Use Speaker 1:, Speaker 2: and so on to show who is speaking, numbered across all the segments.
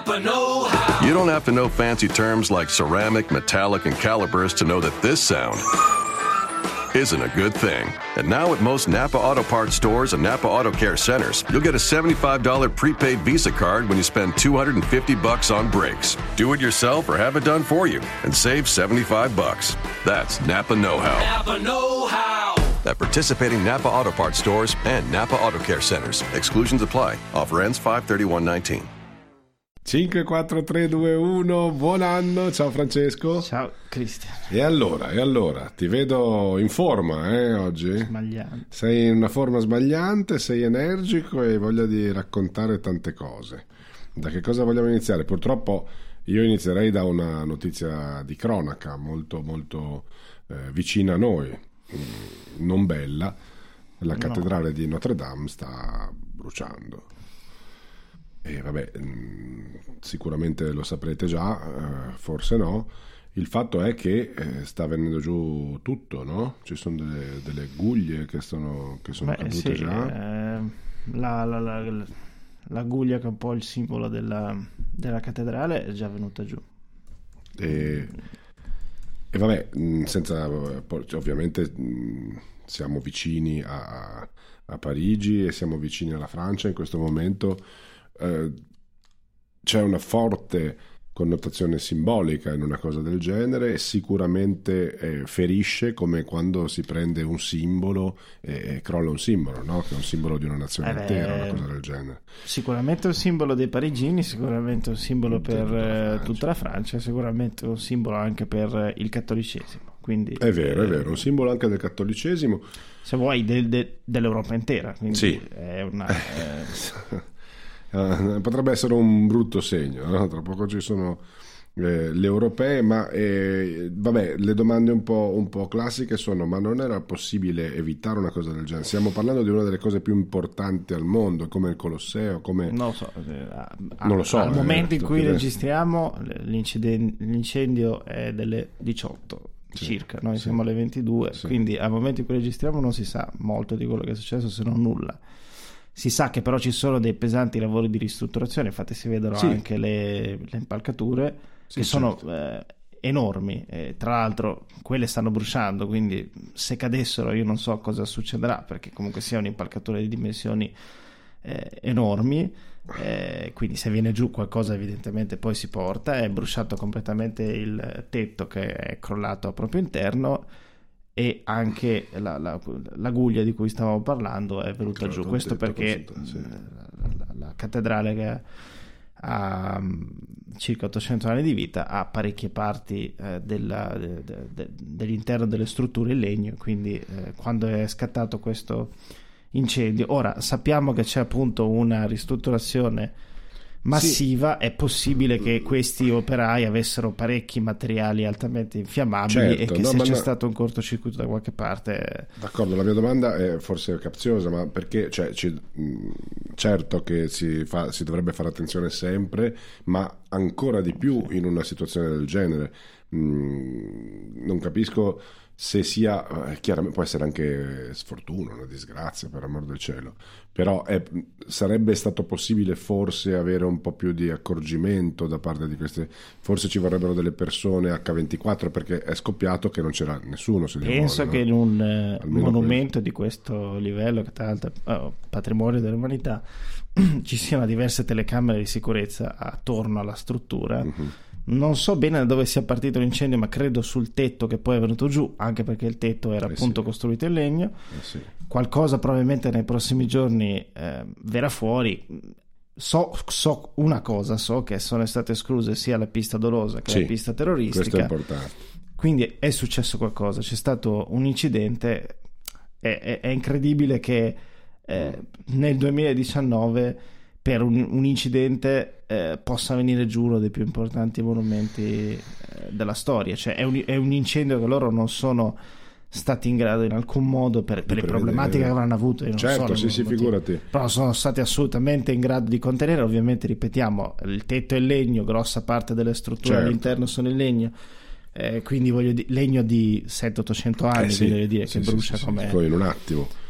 Speaker 1: Napa know-how.
Speaker 2: You don't have to know fancy terms like ceramic, metallic, and calipers to know that this sound isn't a good thing. And now at most Napa Auto Parts stores and Napa Auto Care centers, you'll get a $75 prepaid Visa card when you spend $250 on brakes. Do it yourself or have it done for you and save $75. That's Napa know-how.
Speaker 1: Napa know-how.
Speaker 2: At participating Napa Auto Parts stores and Napa Auto Care centers. Exclusions apply. Offer ends 5/31/19.
Speaker 3: 5, 4, 3, 2, 1, buon anno, ciao Francesco.
Speaker 4: Ciao Cristian.
Speaker 3: E allora, ti vedo in forma oggi?
Speaker 4: Sbagliante.
Speaker 3: Sei in una forma sbagliante, sei energico e hai voglia di raccontare tante cose. Da che cosa vogliamo iniziare? Purtroppo io inizierei da una notizia di cronaca molto molto vicina a noi, non bella. La cattedrale di Notre Dame sta bruciando. E vabbè, sicuramente lo saprete già, forse no. Il fatto è che sta venendo giù tutto, no? Ci sono delle guglie che sono cadute
Speaker 4: sì,
Speaker 3: già.
Speaker 4: La guglia che è un po' il simbolo della cattedrale è già venuta giù.
Speaker 3: E vabbè, ovviamente siamo vicini a Parigi e siamo vicini alla Francia in questo momento. C'è una forte connotazione simbolica in una cosa del genere e sicuramente ferisce, come quando si prende un simbolo e crolla un simbolo, no? Che è un simbolo di una nazione intera, una cosa del genere.
Speaker 4: Sicuramente un simbolo dei parigini, sicuramente un simbolo per tutta la Francia, sicuramente un simbolo anche per il cattolicesimo. Quindi,
Speaker 3: è vero, un simbolo anche del cattolicesimo,
Speaker 4: se vuoi dell'Europa intera, quindi
Speaker 3: sì.
Speaker 4: È una
Speaker 3: potrebbe essere un brutto segno, no? Tra poco ci sono le europee, ma vabbè, le domande un po' classiche sono: ma non era possibile evitare una cosa del genere? Stiamo parlando di una delle cose più importanti al mondo, come il Colosseo, come...
Speaker 4: Non lo so,
Speaker 3: non lo so,
Speaker 4: al momento in cui registriamo l'incendio è delle 18 circa, noi siamo alle 22, quindi al momento in cui registriamo non si sa molto di quello che è successo, se non nulla. Si sa che però ci sono dei pesanti lavori di ristrutturazione, infatti si vedono anche le impalcature che sono enormi, tra l'altro quelle stanno bruciando, quindi se cadessero io non so cosa succederà, perché comunque sia un'impalcatura di dimensioni enormi, quindi se viene giù qualcosa evidentemente poi si porta. È bruciato completamente il tetto, che è crollato a proprio interno, e anche la guglia di cui stavamo parlando è venuta giù. Questo perché la cattedrale, che ha circa 800 anni di vita, ha parecchie parti dell'interno delle strutture in legno, quindi quando è scattato questo incendio, ora sappiamo che c'è appunto una ristrutturazione massiva, è possibile che questi operai avessero parecchi materiali altamente infiammabili, e che se c'è stato un cortocircuito da qualche parte...
Speaker 3: D'accordo, la mia domanda è forse capziosa, ma perché certo che si dovrebbe fare attenzione sempre, ma ancora di più in una situazione del genere. Non capisco se sia, chiaramente può essere anche sfortuna, una disgrazia, per amor del cielo, però sarebbe stato possibile forse avere un po' più di accorgimento da parte di queste, forse ci vorrebbero delle persone H24, perché è scoppiato che non c'era nessuno, se
Speaker 4: penso
Speaker 3: vuole,
Speaker 4: che
Speaker 3: no?
Speaker 4: in un monumento di questo livello, che tra l'altro è patrimonio dell'umanità, ci siano diverse telecamere di sicurezza attorno alla struttura. Non so bene da dove sia partito l'incendio, ma credo sul tetto, che poi è venuto giù, anche perché il tetto era appunto costruito in legno. Qualcosa probabilmente nei prossimi giorni verrà fuori. So una cosa, so che sono state escluse sia la pista dolosa che la pista terroristica.
Speaker 3: Questo è importante.
Speaker 4: Quindi è successo qualcosa, c'è stato un incidente. È incredibile che nel 2019 per un incidente possa venire giù uno dei più importanti monumenti della storia. Cioè è un incendio che loro non sono stati in grado in alcun modo, per le problematiche che avranno avuto, io non
Speaker 3: certo,
Speaker 4: so,
Speaker 3: figurati,
Speaker 4: però sono stati assolutamente in grado di contenere. Ovviamente, ripetiamo, il tetto è in legno, grossa parte delle strutture all'interno sono in legno, quindi voglio legno di 700-800 anni, voglio dire, che brucia come
Speaker 3: in un attimo.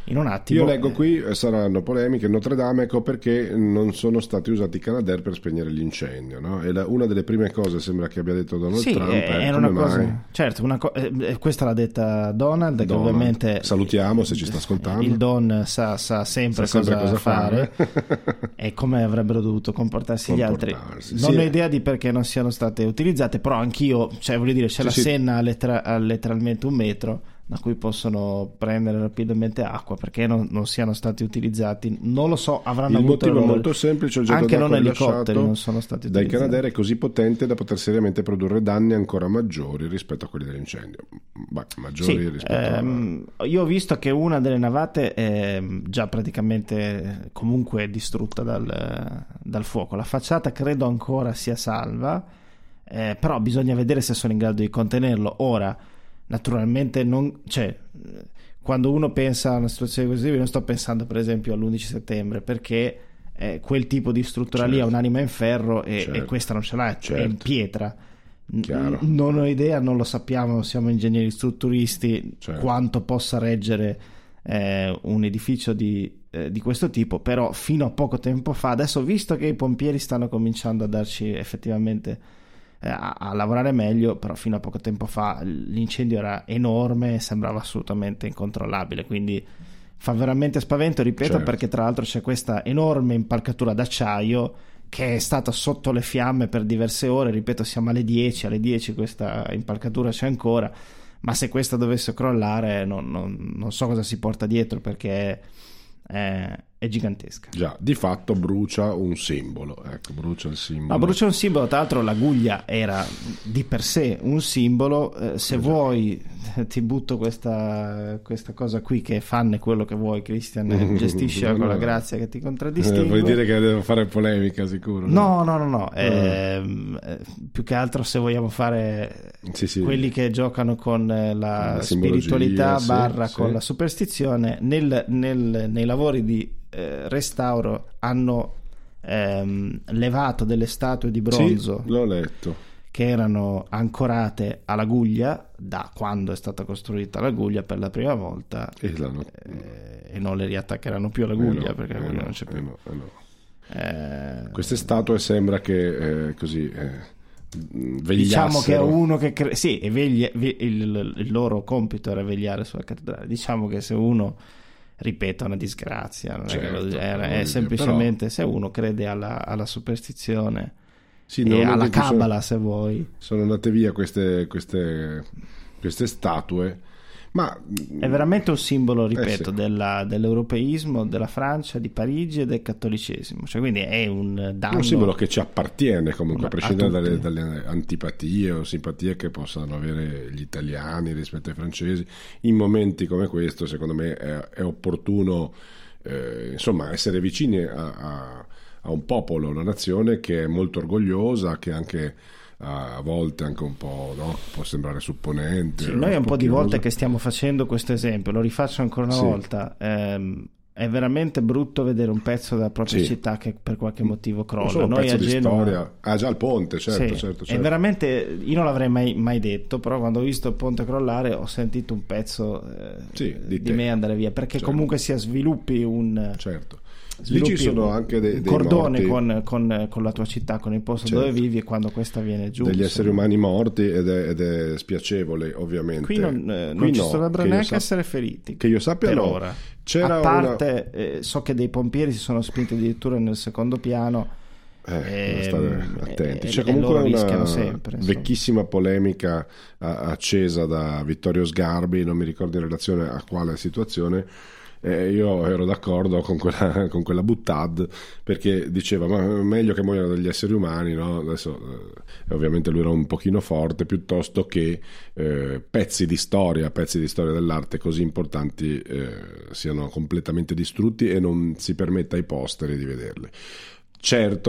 Speaker 4: in un attimo.
Speaker 3: Io leggo qui, saranno polemiche, Notre Dame, ecco perché non sono stati usati i Canadair per spegnere l'incendio, no? E una delle prime cose sembra che abbia detto Donald Trump è
Speaker 4: una
Speaker 3: come
Speaker 4: cosa,
Speaker 3: mai...
Speaker 4: Certo, questa l'ha detta Donald, che ovviamente
Speaker 3: salutiamo se ci sta ascoltando.
Speaker 4: Il Don sa sempre cosa fare e come avrebbero dovuto comportarsi gli altri. Non ho idea di perché non siano state utilizzate, però anch'io, cioè voglio dire, c'è la Senna a letteralmente 1 metro da cui possono prendere rapidamente acqua, perché non siano stati utilizzati, non lo so, avranno avuto
Speaker 3: il motivo è molto semplice,
Speaker 4: anche non elicotteri non sono stati
Speaker 3: dai
Speaker 4: utilizzati.
Speaker 3: Canadair è così potente da poter seriamente produrre danni ancora maggiori rispetto a quelli dell'incendio.
Speaker 4: Io ho visto che una delle navate è già praticamente comunque distrutta dal fuoco, la facciata credo ancora sia salva, però bisogna vedere se sono in grado di contenerlo. Ora naturalmente quando uno pensa a una situazione così, io non sto pensando per esempio all'11 settembre, perché quel tipo di struttura lì ha un'anima in ferro e questa non ce l'ha, è in pietra. Non ho idea, non lo sappiamo, non siamo ingegneri strutturisti, quanto possa reggere un edificio di questo tipo, però fino a poco tempo fa, adesso visto che i pompieri stanno cominciando a darci effettivamente a lavorare meglio, però fino a poco tempo fa l'incendio era enorme e sembrava assolutamente incontrollabile, quindi fa veramente spavento, ripeto, perché tra l'altro c'è questa enorme impalcatura d'acciaio che è stata sotto le fiamme per diverse ore, ripeto, siamo alle 10 questa impalcatura c'è ancora, ma se questa dovesse crollare non so cosa si porta dietro, perché è gigantesca.
Speaker 3: Già, di fatto brucia un simbolo, ecco, brucia il simbolo.
Speaker 4: Ma brucia un simbolo, tra l'altro la guglia era di per sé un simbolo, se vuoi ti butto questa cosa qui, che fanne quello che vuoi, Christian, gestisci con la grazia che ti contraddistingue.
Speaker 3: Vuoi dire che devo fare polemica, sicuro?
Speaker 4: No. Più che altro se vogliamo fare quelli che giocano con la spiritualità con la superstizione, nei lavori di restauro hanno levato delle statue di bronzo,
Speaker 3: l'ho letto,
Speaker 4: che erano ancorate alla guglia da quando è stata costruita la guglia per la prima volta, e non le riattaccheranno più alla guglia, perché la guglia non c'è più.
Speaker 3: Queste statue sembra che così vegliassero.
Speaker 4: Diciamo che è uno che il loro compito era vegliare sulla cattedrale. Diciamo che se uno, ripeto, è una disgrazia, non è semplicemente, però, se uno crede alla superstizione e alla cabala, se vuoi.
Speaker 3: Sono andate via queste statue, ma
Speaker 4: è veramente un simbolo, ripeto, dell'europeismo, della Francia, di Parigi e del cattolicesimo, cioè quindi è un
Speaker 3: simbolo che ci appartiene comunque, a prescindere dalle antipatie o simpatie che possano avere gli italiani rispetto ai francesi. In momenti come questo, secondo me è opportuno essere vicini a un popolo, una nazione che è molto orgogliosa, che anche a volte anche un po', no? Può sembrare supponente.
Speaker 4: Sì, noi un po' di volte che stiamo facendo questo esempio, lo rifaccio ancora una volta, è veramente brutto vedere un pezzo della propria città che per qualche motivo crolla.
Speaker 3: Solo un
Speaker 4: noi
Speaker 3: pezzo
Speaker 4: a
Speaker 3: di
Speaker 4: Genova...
Speaker 3: storia, già il ponte, certo.
Speaker 4: È veramente, io non l'avrei mai detto, però quando ho visto il ponte crollare ho sentito un pezzo di me andare via, perché comunque si sviluppi un...
Speaker 3: Lì ci sono anche dei
Speaker 4: cordone
Speaker 3: morti
Speaker 4: con la tua città, con il posto dove vivi, e quando questa viene giù
Speaker 3: degli esseri umani morti, ed è spiacevole, ovviamente.
Speaker 4: Qui non ci dovrebbero neanche essere feriti,
Speaker 3: che io sappia,
Speaker 4: per ora. A parte so che dei pompieri si sono spinti addirittura nel secondo piano,
Speaker 3: stare attenti. C'è comunque una vecchissima polemica accesa da Vittorio Sgarbi, non mi ricordo in relazione a quale situazione. Io ero d'accordo con quella buttad, perché diceva ma meglio che muoiano degli esseri umani, no? Adesso ovviamente lui era un pochino forte, piuttosto che pezzi di storia dell'arte così importanti siano completamente distrutti e non si permetta ai posteri di vederli. Certo,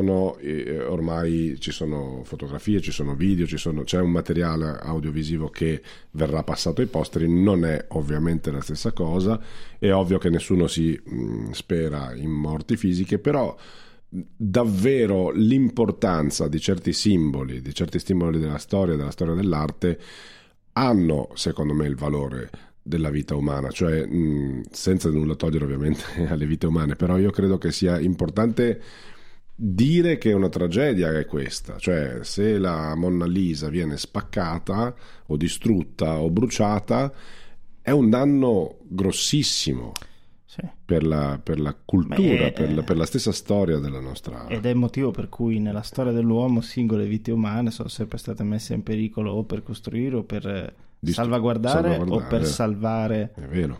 Speaker 3: ormai ci sono fotografie, ci sono video, c'è un materiale audiovisivo che verrà passato ai posteri, non è ovviamente la stessa cosa, è ovvio che nessuno si spera in morti fisiche, però davvero l'importanza di certi simboli della storia dell'arte hanno, secondo me, il valore della vita umana, cioè senza nulla togliere ovviamente alle vite umane, però io credo che sia importante dire che una tragedia è questa, cioè se la Monna Lisa viene spaccata o distrutta o bruciata è un danno grossissimo.
Speaker 4: Sì.
Speaker 3: Per la cultura, per la stessa storia della nostra...
Speaker 4: Ed è il motivo per cui nella storia dell'uomo singole vite umane sono sempre state messe in pericolo o per costruire o per salvaguardare o per salvare,
Speaker 3: è vero.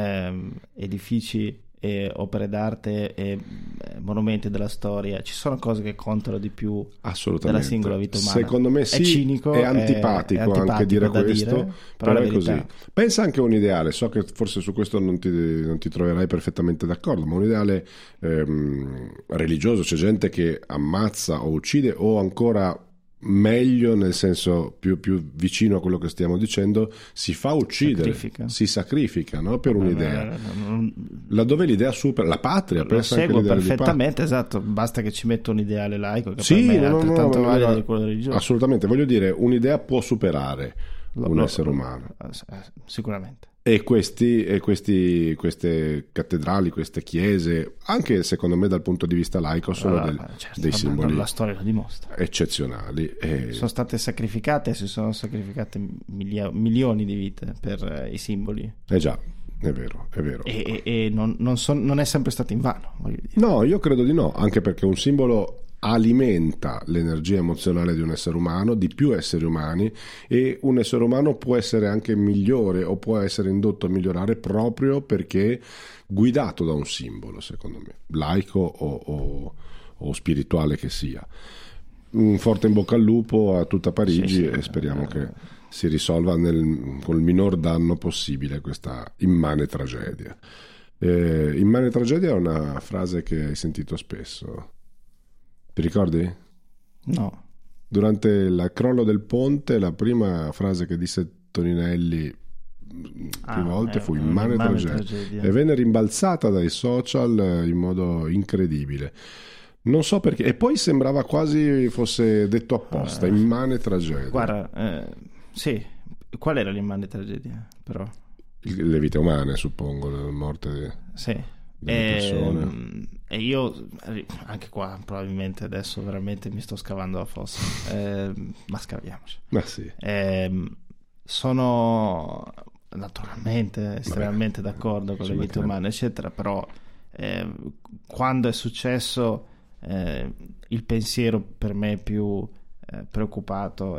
Speaker 4: Edifici e opere d'arte e monumenti della storia. Ci sono cose che contano di più della singola vita umana.
Speaker 3: Secondo me sì,
Speaker 4: è cinico,
Speaker 3: è antipatico anche dire questo, però è così. Pensa anche a un ideale, so che forse su questo non ti troverai perfettamente d'accordo, ma un ideale religioso, c'è gente che ammazza o uccide, o ancora meglio, nel senso più vicino a quello che stiamo dicendo, si fa uccidere, si sacrifica, no? Per un'idea, laddove l'idea supera la patria.
Speaker 4: Lo seguo perfettamente, esatto, basta che ci metta un ideale laico che per me è altrettanto valido di quello religioso.
Speaker 3: Assolutamente, voglio dire, un'idea può superare un essere umano,
Speaker 4: sicuramente.
Speaker 3: E queste cattedrali, queste chiese, anche secondo me dal punto di vista laico, sono dei simboli,
Speaker 4: la storia lo dimostra,
Speaker 3: eccezionali.
Speaker 4: Sono state sacrificate, si sono sacrificate milioni di vite per i simboli.
Speaker 3: Già, è vero.
Speaker 4: E non è sempre stato invano, voglio dire.
Speaker 3: No, io credo di no, anche perché un simbolo alimenta l'energia emozionale di un essere umano, di più esseri umani, e un essere umano può essere anche migliore o può essere indotto a migliorare proprio perché guidato da un simbolo, secondo me, laico o spirituale che sia. Un forte in bocca al lupo a tutta Parigi, e speriamo che si risolva con il minor danno possibile questa immane tragedia. Immane tragedia è una frase che hai sentito spesso. Ti ricordi?
Speaker 4: No.
Speaker 3: Durante il crollo del ponte, la prima frase che disse Toninelli più volte fu immane tragedia, e venne rimbalzata dai social in modo incredibile. Non so perché, e poi sembrava quasi fosse detto apposta, immane tragedia.
Speaker 4: Guarda, sì, qual era l'immane tragedia però?
Speaker 3: Le vite umane, suppongo, le morte delle persone. E io anche qua probabilmente adesso veramente mi sto scavando la fossa, ma scaviamoci. Ma sì.
Speaker 4: Sono naturalmente estremamente d'accordo con le vite umane eccetera, però quando è successo il pensiero per me più preoccupato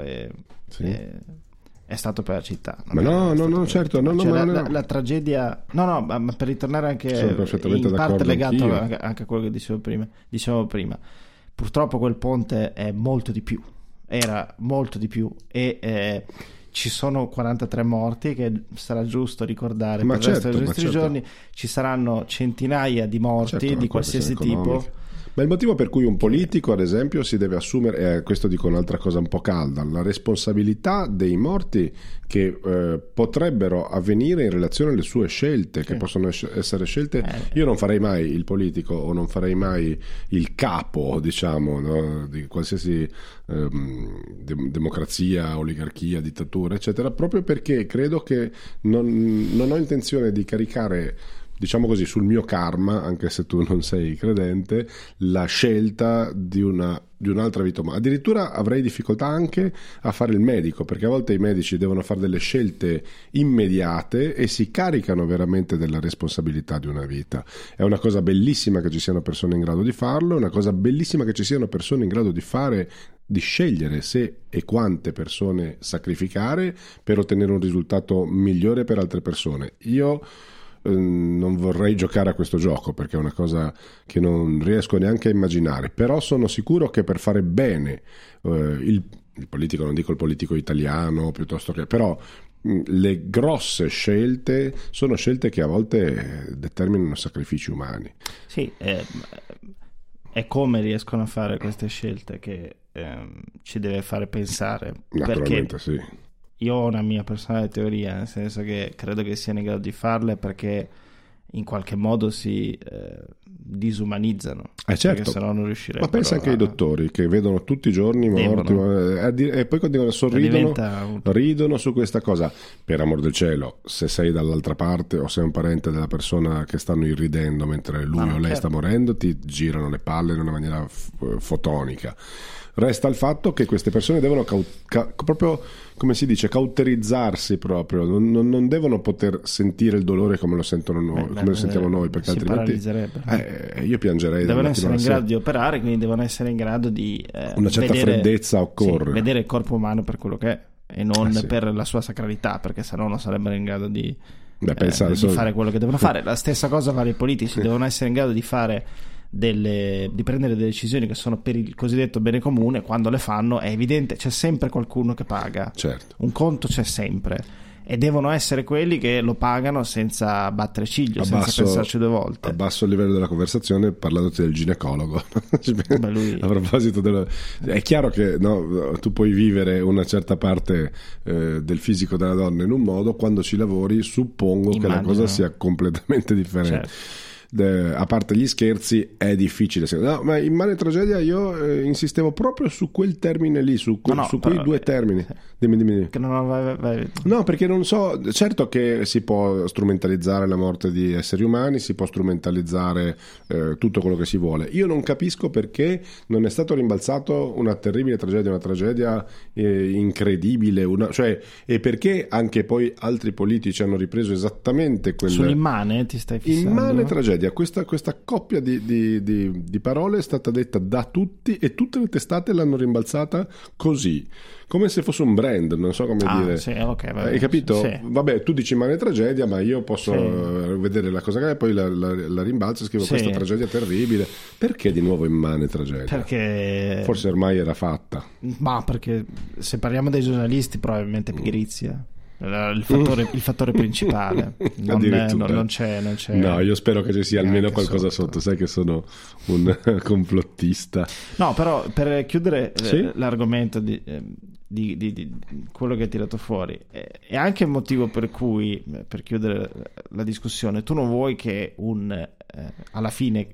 Speaker 4: è stato per la città.
Speaker 3: Certo,
Speaker 4: la tragedia, ma per ritornare anche in parte legato anche a quello che dicevo prima, purtroppo quel ponte è molto di più, era molto di più, e ci sono 43 morti che sarà giusto ricordare per il resto dei nostri giorni. Ci saranno centinaia di morti di qualsiasi tipo.
Speaker 3: Ma il motivo per cui un politico, ad esempio, si deve assumere, questo dico un'altra cosa un po' calda, la responsabilità dei morti che potrebbero avvenire in relazione alle sue scelte, che possono essere scelte. Io non farei mai il politico, o non farei mai il capo, diciamo, no, di qualsiasi democrazia, oligarchia, dittatura, eccetera, proprio perché credo che non ho intenzione di caricare, diciamo così, sul mio karma, anche se tu non sei credente, la scelta di un'altra vita umana. Addirittura avrei difficoltà anche a fare il medico, perché a volte i medici devono fare delle scelte immediate e si caricano veramente della responsabilità di una vita. È una cosa bellissima che ci siano persone in grado di farlo, è una cosa bellissima che ci siano persone in grado di scegliere se e quante persone sacrificare per ottenere un risultato migliore per altre persone. Io non vorrei giocare a questo gioco, perché è una cosa che non riesco neanche a immaginare, però sono sicuro che per fare bene il politico, non dico il politico italiano piuttosto che, però le grosse scelte sono scelte che a volte determinano sacrifici umani.
Speaker 4: Sì, è come riescono a fare queste scelte che ci deve fare pensare,
Speaker 3: naturalmente, perché
Speaker 4: io ho una mia personale teoria, nel senso che credo che siano in grado di farle perché in qualche modo si disumanizzano,
Speaker 3: certo.
Speaker 4: perché se no non riuscirebbero.
Speaker 3: Ma pensa anche ai dottori che vedono tutti i giorni morti e poi continuano a sorridono, ridono su questa cosa. Per amor del cielo, se sei dall'altra parte o sei un parente della persona che stanno irridendo mentre lui o lei sta morendo, ti girano le palle in una maniera fotonica. Resta il fatto che queste persone devono proprio, come si dice, cauterizzarsi proprio, non devono poter sentire il dolore come lo sentono noi, come lo sentiamo noi, perché altrimenti io piangerei.
Speaker 4: Devono essere in grado di operare, quindi devono essere in grado di
Speaker 3: una certa freddezza occorre.
Speaker 4: Vedere il corpo umano per quello che è e non per la sua sacralità, perché sennò non sarebbero in grado di fare quello che devono fare. La stessa cosa vale ai politici, devono essere in grado di fare di prendere delle decisioni che sono per il cosiddetto bene comune. Quando le fanno è evidente, c'è sempre qualcuno che paga,
Speaker 3: certo.
Speaker 4: Un conto c'è sempre, e devono essere quelli che lo pagano senza battere ciglio, senza pensarci due volte.
Speaker 3: Abbasso il livello della conversazione parlandoti del ginecologo. A proposito è chiaro che tu puoi vivere una certa parte del fisico della donna in un modo, quando ci lavori suppongo che la cosa sia completamente differente. Certo. A parte gli scherzi, è difficile. Ma in Immane Tragedia io insistevo proprio su quel termine lì, su quei due termini. Dimmi.
Speaker 4: Vai.
Speaker 3: No, perché non so, certo che si può strumentalizzare la morte di esseri umani, si può strumentalizzare tutto quello che si vuole. Io non capisco perché non è stato rimbalzato una terribile tragedia, una tragedia incredibile, e perché anche poi altri politici hanno ripreso esattamente
Speaker 4: sull'Immane ti stai fissando?
Speaker 3: Immane Tragedia. Questa coppia di parole è stata detta da tutti e tutte le testate l'hanno rimbalzata così, come se fosse un brand, non so come dire.
Speaker 4: Sì, okay,
Speaker 3: hai capito?
Speaker 4: Sì.
Speaker 3: Vabbè, tu dici Immane Tragedia, ma io posso vedere la cosa che è, poi la rimbalzo e scrivo questa tragedia terribile. Perché di nuovo Immane Tragedia?
Speaker 4: Perché
Speaker 3: forse ormai era fatta.
Speaker 4: Ma perché se parliamo dei giornalisti probabilmente pigrizia. Il fattore principale non c'è.
Speaker 3: No, io spero che ci sia almeno qualcosa sotto. Sai che sono un complottista.
Speaker 4: No, però per chiudere l'argomento di quello che hai tirato fuori, è anche il motivo per cui, per chiudere la discussione, tu non vuoi che alla fine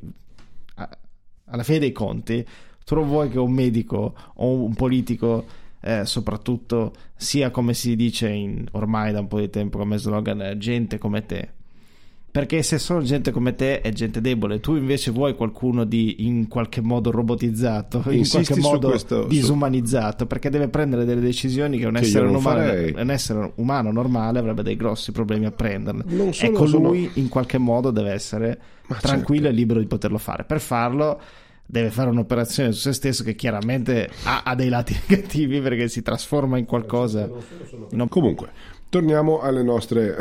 Speaker 4: dei conti, tu non vuoi che un medico o un politico soprattutto sia, come si dice ormai da un po' di tempo come slogan, gente come te, perché se sono gente come te è gente debole. Tu invece vuoi qualcuno di in qualche modo robotizzato, in qualche modo disumanizzato, perché deve prendere delle decisioni che un essere umano normale avrebbe dei grossi problemi a prenderle. Lui in qualche modo deve essere tranquillo e libero di poterlo fare. Per farlo deve fare un'operazione su se stesso che chiaramente ha dei lati negativi, perché si trasforma in qualcosa.
Speaker 3: Comunque, torniamo alle nostre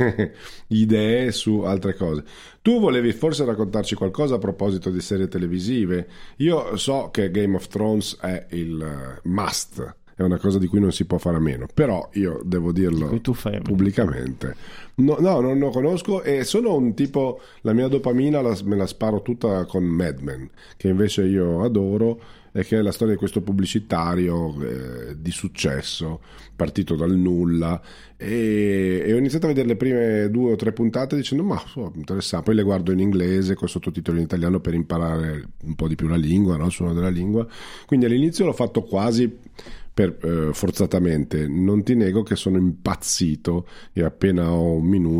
Speaker 3: idee su altre cose. Tu volevi forse raccontarci qualcosa a proposito di serie televisive. Io so che Game of Thrones è il must, è una cosa di cui non si può fare a meno, però io devo dirlo pubblicamente. No, non lo conosco, e sono un tipo, la mia dopamina me la sparo tutta con Mad Men, che invece io adoro, e che è la storia di questo pubblicitario di successo, partito dal nulla, e ho iniziato a vedere le prime 2 o 3 puntate dicendo interessante, poi le guardo in inglese con sottotitoli in italiano per imparare un po' di più la lingua, no? Il suono della lingua. Quindi all'inizio l'ho fatto quasi forzatamente. Non ti nego che sono impazzito, e appena ho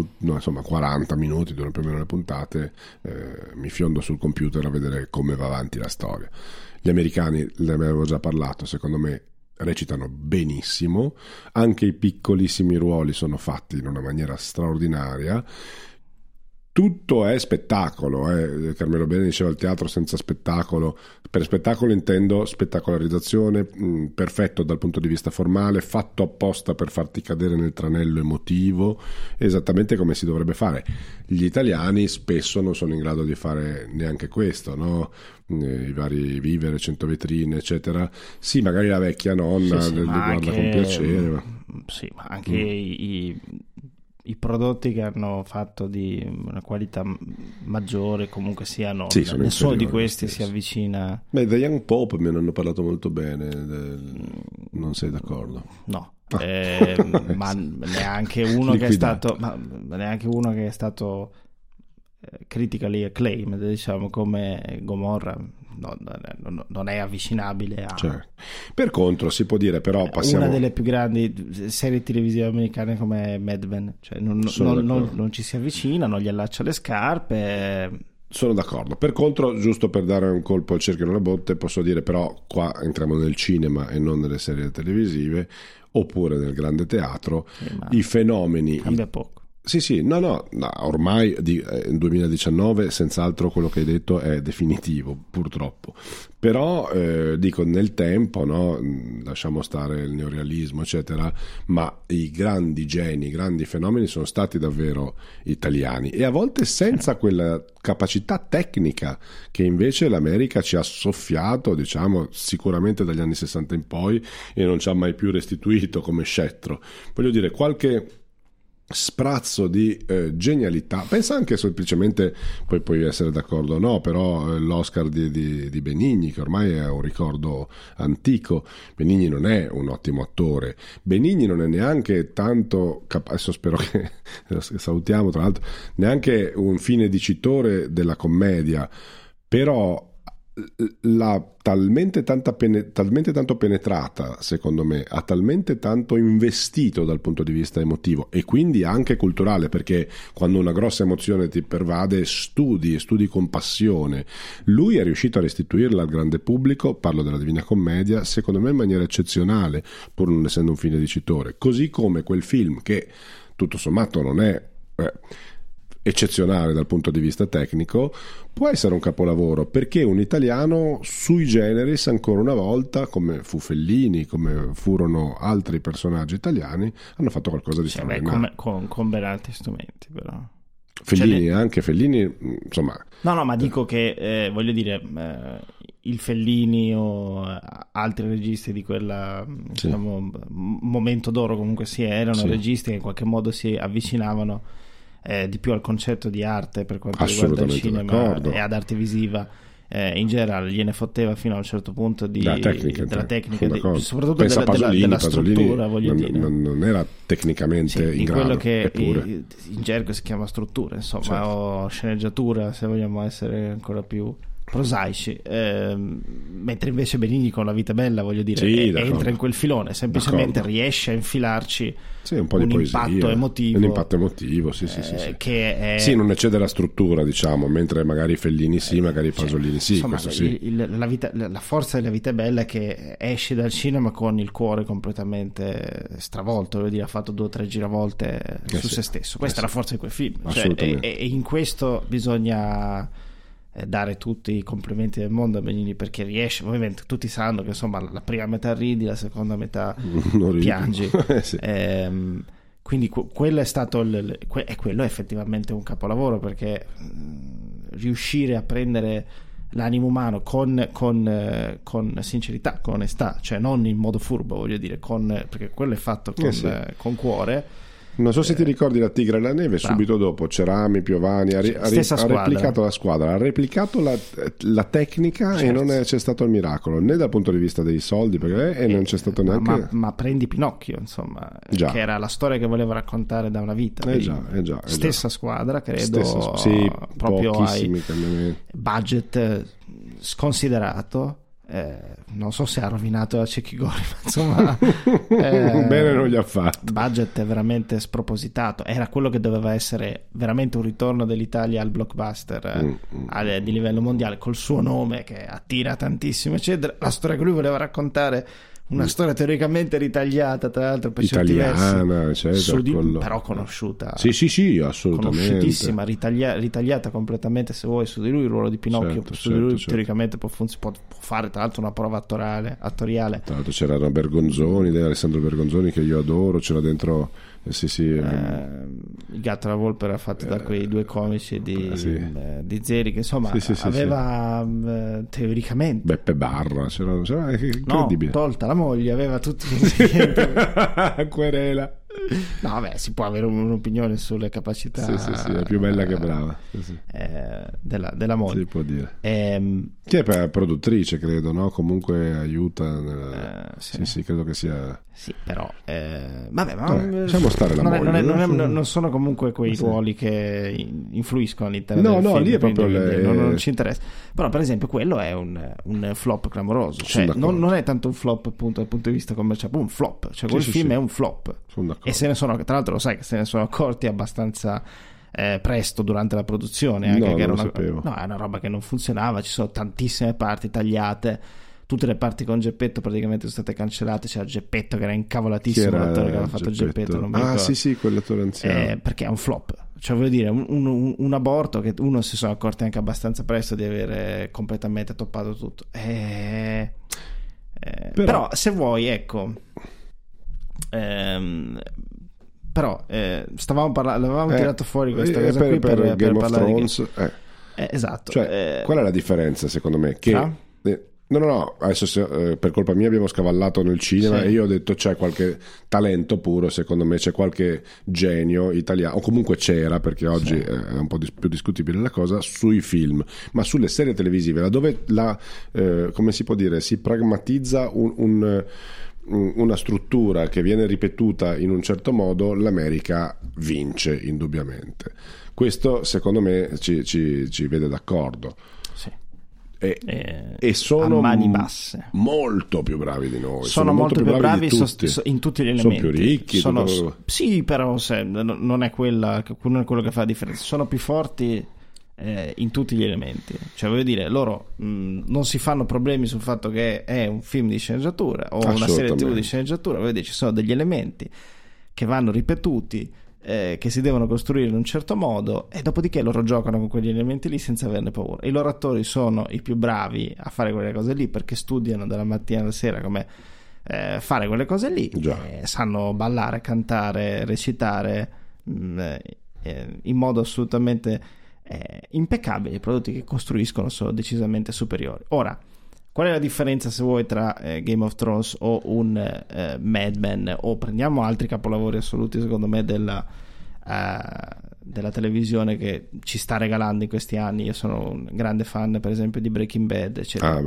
Speaker 3: 40 minuti, durano più o meno le puntate, mi fiondo sul computer a vedere come va avanti la storia. Gli americani, ne avevo già parlato, secondo me recitano benissimo, anche i piccolissimi ruoli sono fatti in una maniera straordinaria. Tutto è spettacolo, Carmelo Bene diceva il teatro senza spettacolo. Per spettacolo intendo spettacolarizzazione, perfetto dal punto di vista formale, fatto apposta per farti cadere nel tranello emotivo, esattamente come si dovrebbe fare. Gli italiani spesso non sono in grado di fare neanche questo, no? I vari Vivere, 100 vetrine, eccetera. Sì, magari la vecchia nonna li guarda con piacere.
Speaker 4: Sì, ma anche i prodotti che hanno fatto di una qualità maggiore comunque siano, nessuno di questi si avvicina.
Speaker 3: The Young Pope me ne hanno parlato molto bene, non sei d'accordo?
Speaker 4: No. Ma neanche uno che è stato critically acclaimed, diciamo, come Gomorra non è avvicinabile a
Speaker 3: Per contro si può dire però passiamo
Speaker 4: una delle più grandi serie televisive americane come Mad Men, cioè non ci si avvicina, non gli allaccia le scarpe.
Speaker 3: Sono d'accordo. Per contro, giusto per dare un colpo al cerchio nella botte, posso dire però qua entriamo nel cinema e non nelle serie televisive oppure nel grande teatro, i fenomeni
Speaker 4: cambia poco.
Speaker 3: Sì, no, ormai nel 2019 senz'altro quello che hai detto è definitivo, purtroppo. Però dico, nel tempo, no, lasciamo stare il neorealismo, eccetera, ma i grandi geni, i grandi fenomeni sono stati davvero italiani e a volte senza quella capacità tecnica che invece l'America ci ha soffiato, diciamo, sicuramente dagli anni 60 in poi e non ci ha mai più restituito come scettro. Voglio dire, qualche sprazzo di genialità, pensa anche semplicemente, poi puoi essere d'accordo o no, però l'Oscar di Benigni, che ormai è un ricordo antico. Benigni non è un ottimo attore, Benigni non è neanche tanto adesso spero che salutiamo tra l'altro, neanche un fine dicitore della commedia, però talmente tanto penetrata, secondo me, ha talmente tanto investito dal punto di vista emotivo e quindi anche culturale, perché quando una grossa emozione ti pervade studi con passione. Lui è riuscito a restituirla al grande pubblico, parlo della Divina Commedia, secondo me in maniera eccezionale, pur non essendo un fine dicitore, così come quel film che tutto sommato non è eccezionale dal punto di vista tecnico, può essere un capolavoro, perché un italiano sui generis ancora una volta, come fu Fellini, come furono altri personaggi italiani, hanno fatto qualcosa di straordinario
Speaker 4: con ben altri strumenti, però
Speaker 3: Fellini, anche Fellini, insomma.
Speaker 4: No, ma dico che voglio dire, il Fellini o altri registi di quella diciamo momento d'oro, comunque erano registi che in qualche modo si avvicinavano di più al concetto di arte per quanto riguarda il cinema e ad arte visiva in generale. Gliene fotteva fino a un certo punto della tecnica soprattutto della struttura, voglio dire.
Speaker 3: Non era tecnicamente in grado,
Speaker 4: quello che in gergo si chiama struttura, insomma, o sceneggiatura, se vogliamo essere ancora più prosaici, mentre invece Benigni con La vita bella, voglio dire, entra in quel filone, semplicemente riesce a infilarci
Speaker 3: un po' di
Speaker 4: impatto emotivo,
Speaker 3: sì.
Speaker 4: Che è...
Speaker 3: sì, non eccede la struttura, diciamo, mentre magari Fellini magari Pasolini
Speaker 4: insomma,
Speaker 3: questo sì.
Speaker 4: La forza della vita è bella è che esce dal cinema con il cuore completamente stravolto, voglio dire, ha fatto 2 o 3 giravolte su se stesso. Questa è la forza di quel film, e in questo bisogna dare tutti i complimenti del mondo a Benigni, perché riesce, ovviamente tutti sanno che insomma la prima metà ridi, la seconda metà piangi, quindi quello è stato quello è effettivamente un capolavoro, perché riuscire a prendere l'animo umano con sincerità, con onestà, cioè non in modo furbo, voglio dire, perché quello è fatto con cuore.
Speaker 3: Non so se ti ricordi La Tigre e la Neve, subito dopo Cerami, Piovani ha replicato la squadra, ha replicato la tecnica, e non c'è stato il miracolo né dal punto di vista dei soldi, perché non c'è stato neanche
Speaker 4: ma prendi Pinocchio, insomma, che era la storia che voleva raccontare da una vita, stessa squadra, credo, proprio
Speaker 3: pochissimi cambiamenti,
Speaker 4: budget sconsiderato. Non so se ha rovinato la Cecchigori, ma insomma
Speaker 3: bene non gli ha fatto.
Speaker 4: Budget veramente spropositato, era quello che doveva essere veramente un ritorno dell'Italia al blockbuster di livello mondiale, col suo nome che attira tantissimo, eccetera. La storia che lui voleva raccontare, una storia teoricamente ritagliata, tra l'altro, per
Speaker 3: italiana, eccetera,
Speaker 4: però conosciuta,
Speaker 3: sì, assolutamente,
Speaker 4: conosciutissima, ritagliata completamente, se vuoi, su di lui. Il ruolo di Pinocchio di lui teoricamente può fare, tra l'altro, una prova attoriale. Tra l'altro
Speaker 3: c'erano Bergonzoni, Alessandro Bergonzoni, che io adoro, c'era dentro
Speaker 4: Il gatto e la volpe era fatto da quei 2 comici di Zeri, che insomma aveva teoricamente
Speaker 3: Beppe Barra, c'era incredibile,
Speaker 4: tolta la moglie, aveva tutti querela, No, vabbè, si può avere un'opinione sulle capacità.
Speaker 3: Sì, è più bella che brava. Sì.
Speaker 4: Della moglie.
Speaker 3: Si può dire. Che è produttrice, credo, no? Comunque aiuta. Sì, credo che sia.
Speaker 4: Sì, però. Vabbè, ma
Speaker 3: lasciamo stare la moglie.
Speaker 4: Non sono comunque quei ruoli che influiscono all'interno del film.
Speaker 3: No, lì è proprio
Speaker 4: non ci interessa. Però, per esempio, quello è un flop clamoroso. Cioè, non è tanto un flop, appunto, dal punto di vista commerciale, un flop. Cioè, quel film è un flop. E se ne sono, tra l'altro, lo sai che se ne sono accorti abbastanza presto durante la produzione. Anche che era è una roba che non funzionava. Ci sono tantissime parti tagliate. Tutte le parti con Geppetto praticamente sono state cancellate. C'era Geppetto che era incavolatissimo, l'attore che aveva fatto Geppetto. Non mi ricordo.
Speaker 3: Sì, quell'attore anziano.
Speaker 4: Perché è un flop. Cioè, voglio dire, un aborto che uno si sono accorti anche abbastanza presto di avere completamente toppato tutto. Però se vuoi, ecco. Però stavamo parlando, avevamo tirato fuori questa cosa qui per
Speaker 3: Game of
Speaker 4: parlare
Speaker 3: Thrones.
Speaker 4: Esatto.
Speaker 3: Cioè, qual è la differenza secondo me? Che No, adesso per colpa mia abbiamo scavallato nel cinema e io ho detto c'è qualche talento puro, secondo me c'è qualche genio italiano, o comunque c'era, perché oggi è un po' più discutibile la cosa, sui film, ma sulle serie televisive, dove come si può dire, si pragmatizza una struttura che viene ripetuta in un certo modo, l'America vince indubbiamente. Questo secondo me ci vede d'accordo. E sono
Speaker 4: a mani basse,
Speaker 3: molto più bravi di noi,
Speaker 4: sono molto più bravi in tutti gli elementi,
Speaker 3: sono più ricchi,
Speaker 4: sì, però non è quello che fa la differenza. Sono più forti in tutti gli elementi, cioè voglio dire, loro non si fanno problemi sul fatto che è un film di sceneggiatura o una serie TV di sceneggiatura. Voglio dire, ci sono degli elementi che vanno ripetuti, che si devono costruire in un certo modo, e dopodiché loro giocano con quegli elementi lì senza averne paura. I loro attori sono i più bravi a fare quelle cose lì, perché studiano dalla mattina alla sera come fare quelle cose lì, sanno ballare, cantare, recitare in modo assolutamente impeccabile. I prodotti che costruiscono sono decisamente superiori. Ora, qual è la differenza, se vuoi, tra Game of Thrones o un Mad Men, o prendiamo altri capolavori assoluti secondo me della televisione che ci sta regalando in questi anni? Io sono un grande fan, per esempio, di Breaking Bad, eccetera.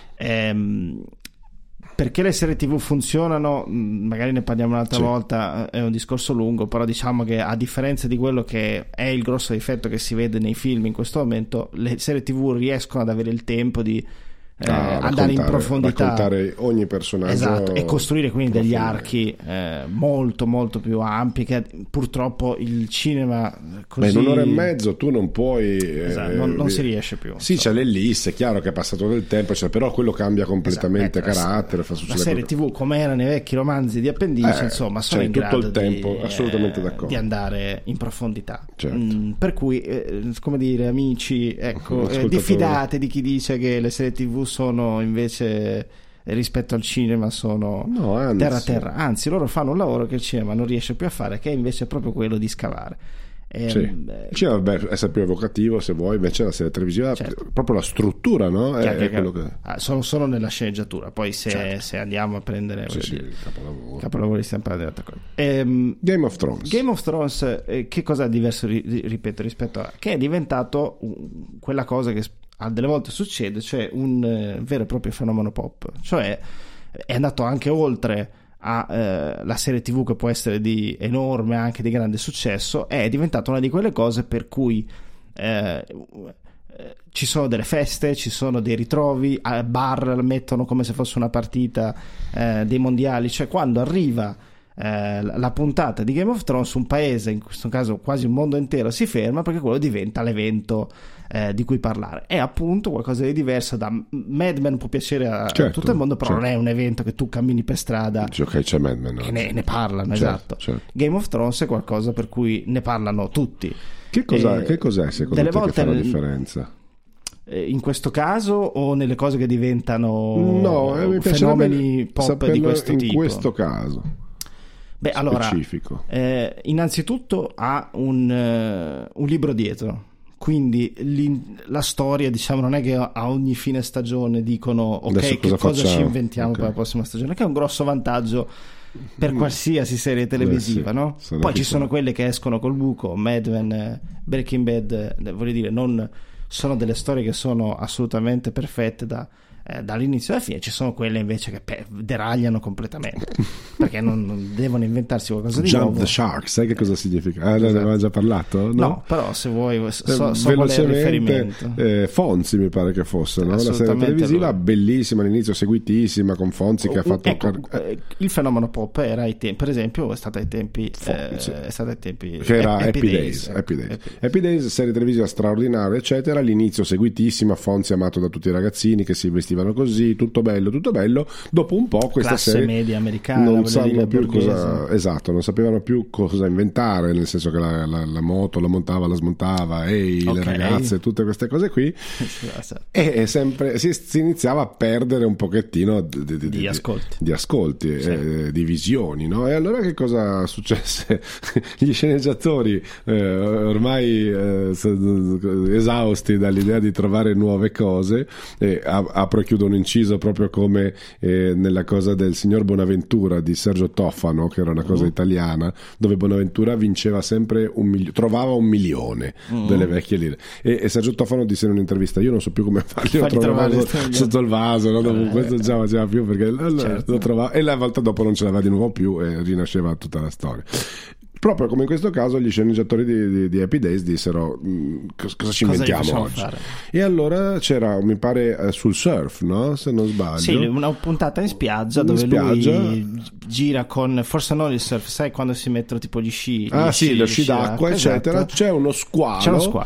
Speaker 4: Perché le serie TV funzionano, magari ne parliamo un'altra volta, è un discorso lungo, però diciamo che a differenza di quello che è il grosso difetto che si vede nei film in questo momento, le serie TV riescono ad avere il tempo di andare in profondità,
Speaker 3: raccontare ogni personaggio,
Speaker 4: esatto, e costruire quindi degli archi molto molto più ampi, che purtroppo il cinema così
Speaker 3: in un'ora e mezzo tu non puoi,
Speaker 4: non si riesce più.
Speaker 3: Sì, c'è l'ellisse, è chiaro che è passato del tempo, però quello cambia completamente carattere, fa succedere.
Speaker 4: La serie TV, come era nei vecchi romanzi di appendice, insomma, sono in
Speaker 3: tutto
Speaker 4: grado
Speaker 3: il tempo, assolutamente d'accordo,
Speaker 4: di andare in profondità. Per cui, come dire, amici, ecco, diffidate di chi dice che le serie TV sono invece, rispetto al cinema, sono terra a terra. Anzi, loro fanno un lavoro che il cinema non riesce più a fare, che è invece proprio quello di scavare.
Speaker 3: Il cinema dovrebbe essere più evocativo, se vuoi, invece la serie televisiva, proprio la struttura, no? È quello che
Speaker 4: sono solo nella sceneggiatura. Poi se andiamo a prendere capolavori, stiamo parlando di altre cose. Game of Thrones che cosa ha diverso, ripeto, rispetto a che è diventato quella cosa che delle volte succede, cioè un vero e proprio fenomeno pop, cioè è andato anche oltre la serie TV, che può essere di enorme, anche di grande successo. È diventata una di quelle cose per cui ci sono delle feste, ci sono dei ritrovi, al bar mettono come se fosse una partita dei mondiali, cioè quando arriva la puntata di Game of Thrones, un paese, in questo caso quasi un mondo intero, si ferma, perché quello diventa l'evento di cui parlare. È appunto qualcosa di diverso da Mad Men, può piacere a tutto il mondo, però non è un evento che tu cammini per strada
Speaker 3: c'è Mad Men,
Speaker 4: e ne parlano, esatto. Game of Thrones è qualcosa per cui ne parlano tutti.
Speaker 3: Che cos'è secondo te che fa la differenza?
Speaker 4: In questo caso, o nelle cose che diventano fenomeni pop di questo tipo?
Speaker 3: In questo caso specifico.
Speaker 4: Allora, innanzitutto ha un libro dietro, quindi la storia, diciamo, non è che a ogni fine stagione dicono ok, che cosa ci inventiamo per la prossima stagione, che è un grosso vantaggio per qualsiasi serie televisiva,
Speaker 3: sì,
Speaker 4: no? Poi ci sono quelle che escono col buco, Mad Men, Breaking Bad, voglio dire, non sono delle storie che sono assolutamente perfette dall'inizio alla fine. Ci sono quelle invece che deragliano completamente perché non devono inventarsi qualcosa di nuovo.
Speaker 3: Jump the Shark, sai che cosa significa? Ne avevamo già parlato?
Speaker 4: No, però se vuoi so qual è il riferimento.
Speaker 3: Fonzi mi pare che fosse, no? La serie televisiva bellissima all'inizio, seguitissima, con Fonzi che ha fatto
Speaker 4: il fenomeno pop era ai tempi, per esempio è stato ai tempi
Speaker 3: che era Happy Days. Happy Days, serie televisiva straordinaria eccetera, all'inizio seguitissima, Fonzi amato da tutti i ragazzini che si vestivano così, tutto bello, dopo un po' questa
Speaker 4: classe
Speaker 3: serie
Speaker 4: media americana
Speaker 3: non sanno più cosa, esatto, non sapevano più cosa inventare, nel senso che la moto la montava, la smontava, le ragazze, tutte queste cose qui e sempre si iniziava a perdere un pochettino di ascolti
Speaker 4: sì.
Speaker 3: Di visioni, no? E allora che cosa successe? Gli sceneggiatori ormai esausti dall'idea di trovare nuove cose, apro e chiudo un inciso proprio come nella cosa del signor Bonaventura di Sergio Toffano, che era una cosa italiana, dove Bonaventura vinceva sempre trovava 1 milione delle vecchie lire e Sergio Toffano disse in un'intervista: io non so più come farli, lo trovavo sotto il vaso, no? Dopo questo già faceva più perché lo trovava e la volta dopo non ce l'aveva di nuovo più e rinasceva tutta la storia. Proprio come in questo caso gli sceneggiatori di Happy Days dissero: cosa ci inventiamo oggi? Fare? E allora c'era, mi pare, sul surf, no? Se non sbaglio.
Speaker 4: Sì, una puntata in spiaggia dove lui gira con, forse non il surf, sai quando si mettono tipo gli sci.
Speaker 3: Lo sci d'acqua, eccetera.
Speaker 4: Esatto.
Speaker 3: C'è uno squalo.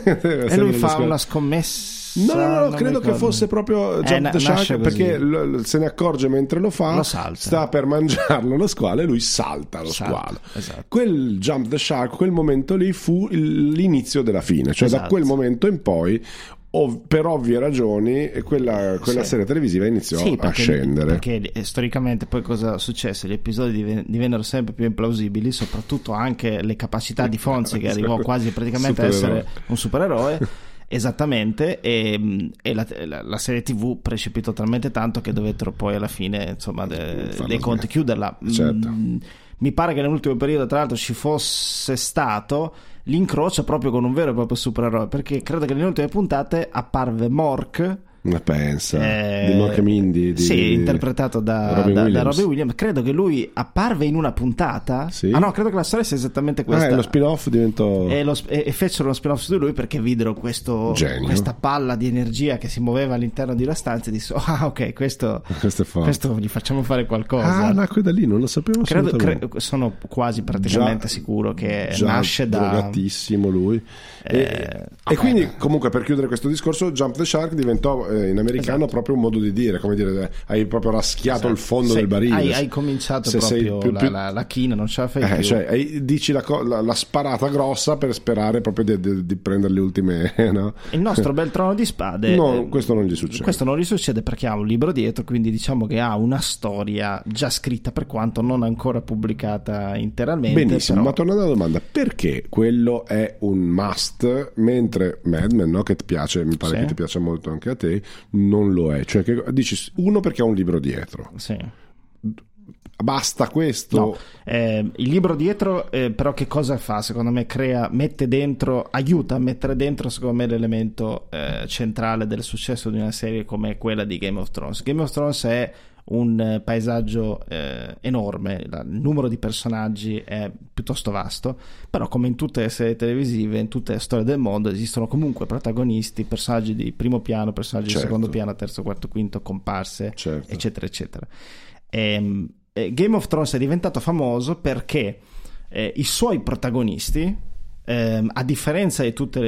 Speaker 4: E lui fa una scommessa.
Speaker 3: No, credo che fosse proprio Jump the Shark, perché se ne accorge mentre lo fa, sta per mangiarlo lo squalo e lui salta lo squalo. Esatto. Quel Jump the Shark, quel momento lì fu l'inizio della fine, cioè da quel momento in poi per ovvie ragioni quella serie televisiva iniziò a scendere,
Speaker 4: perché storicamente poi cosa successe? Gli episodi divennero sempre più implausibili, soprattutto anche le capacità di Fonzi che arrivò quasi praticamente a essere un supereroe. Esattamente, e la serie TV precipitò talmente tanto che dovettero poi alla fine, insomma, dei conti chiuderla.
Speaker 3: Certo.
Speaker 4: Mi pare che nell'ultimo periodo, tra l'altro, ci fosse stato l'incrocio proprio con un vero e proprio supereroe, perché credo che nelle ultime puntate apparve Mork.
Speaker 3: Una pensa di Mork e Mindy,
Speaker 4: interpretato da Robin Williams. Credo che lui apparve in una puntata.
Speaker 3: Sì.
Speaker 4: No, credo che la storia sia esattamente questa.
Speaker 3: Lo spin-off diventò
Speaker 4: e fecero uno spin-off su di lui perché videro questa palla di energia che si muoveva all'interno di una stanza e dissero: ok, questo gli facciamo fare qualcosa.
Speaker 3: Nacque da lì, non lo sapevo.
Speaker 4: Sono quasi praticamente sicuro che nasce da
Speaker 3: drogatissimo lui. E quindi comunque, per chiudere questo discorso, Jump the Shark diventò in americano proprio un modo di dire, come dire, hai proprio raschiato il fondo del barile,
Speaker 4: hai cominciato proprio la china, non ce la fai più,
Speaker 3: cioè dici la sparata grossa per sperare proprio di prendere le ultime, no?
Speaker 4: Il nostro bel Trono di Spade
Speaker 3: questo non gli succede
Speaker 4: perché ha un libro dietro, quindi diciamo che ha una storia già scritta, per quanto non ancora pubblicata interamente.
Speaker 3: Benissimo,
Speaker 4: però...
Speaker 3: ma tornando alla domanda, perché quello è un must mentre Mad Men, no, che ti piace, mi pare che ti piace molto anche a te, non lo è? Cioè, che dici, uno, perché ha un libro dietro.
Speaker 4: Sì.
Speaker 3: Basta questo?
Speaker 4: No. Il libro dietro, però che cosa fa? Secondo me aiuta a mettere dentro, secondo me, l'elemento centrale del successo di una serie come quella di Game of Thrones. Game of Thrones è un paesaggio enorme, il numero di personaggi è piuttosto vasto, però come in tutte le serie televisive, in tutte le storie del mondo, esistono comunque protagonisti, personaggi di primo piano, personaggi di secondo piano, terzo, quarto, quinto, comparse, eccetera eccetera. Game of Thrones è diventato famoso perché i suoi protagonisti, a differenza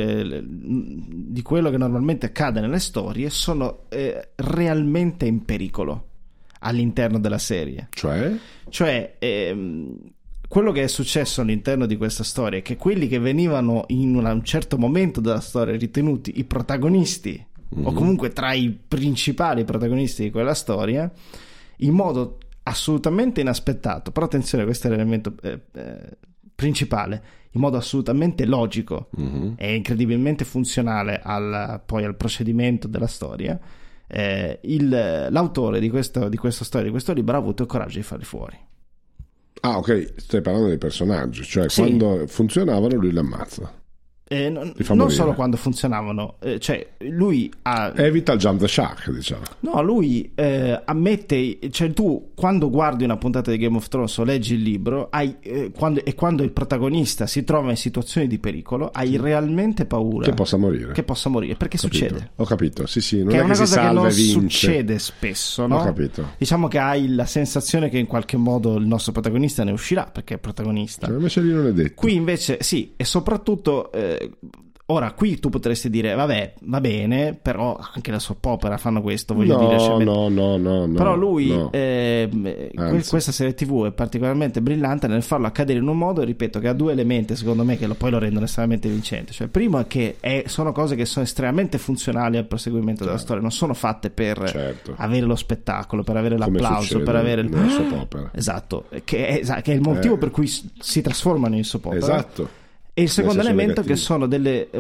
Speaker 4: di quello che normalmente accade nelle storie, sono realmente in pericolo all'interno della serie. Cioè quello che è successo all'interno di questa storia è che quelli che venivano in un certo momento della storia ritenuti i protagonisti, o comunque tra i principali protagonisti di quella storia, in modo assolutamente inaspettato, però attenzione, questo è l'elemento principale, in modo assolutamente logico e incredibilmente funzionale poi al procedimento della storia, l'autore di questa storia, di questo libro, ha avuto il coraggio di farli fuori.
Speaker 3: Ah, ok, stai parlando dei personaggi, cioè
Speaker 4: Sì.
Speaker 3: quando funzionavano lui li ammazza.
Speaker 4: Non
Speaker 3: fa morire.
Speaker 4: solo quando funzionavano, cioè lui ha...
Speaker 3: Evita il jump the shark, diciamo.
Speaker 4: No, lui ammette, cioè tu quando guardi una puntata di Game of Thrones o leggi il libro, quando il protagonista si trova in situazioni di pericolo, hai realmente paura
Speaker 3: Che possa morire.
Speaker 4: perché
Speaker 3: Capito.
Speaker 4: succede.
Speaker 3: Ho capito, sì, non
Speaker 4: Che
Speaker 3: è
Speaker 4: è una
Speaker 3: che si
Speaker 4: cosa che
Speaker 3: salva
Speaker 4: non
Speaker 3: e vince.
Speaker 4: succede spesso, no?
Speaker 3: Ho capito.
Speaker 4: Diciamo che hai la sensazione che in qualche modo il nostro protagonista ne uscirà perché è protagonista.
Speaker 3: Cioè, invece lì non è detto.
Speaker 4: Qui invece sì, e soprattutto ora qui tu potresti dire vabbè, va bene, però anche la soap opera fanno questo, voglio dire, cioè,
Speaker 3: no.
Speaker 4: però lui
Speaker 3: no. Anzi.
Speaker 4: questa serie TV è particolarmente brillante nel farlo accadere in un modo, ripeto, che ha due elementi secondo me che poi lo rendono estremamente vincente. Cioè il primo è che sono cose che sono estremamente funzionali al proseguimento della storia, non sono fatte per
Speaker 3: Certo.
Speaker 4: avere lo spettacolo, per avere
Speaker 3: Come
Speaker 4: l'applauso,
Speaker 3: succede
Speaker 4: per avere
Speaker 3: nella soap opera.
Speaker 4: esatto, che è il motivo per cui si trasformano in soap opera.
Speaker 3: Esatto.
Speaker 4: E il secondo
Speaker 3: Nel senso
Speaker 4: elemento
Speaker 3: negativo.
Speaker 4: che sono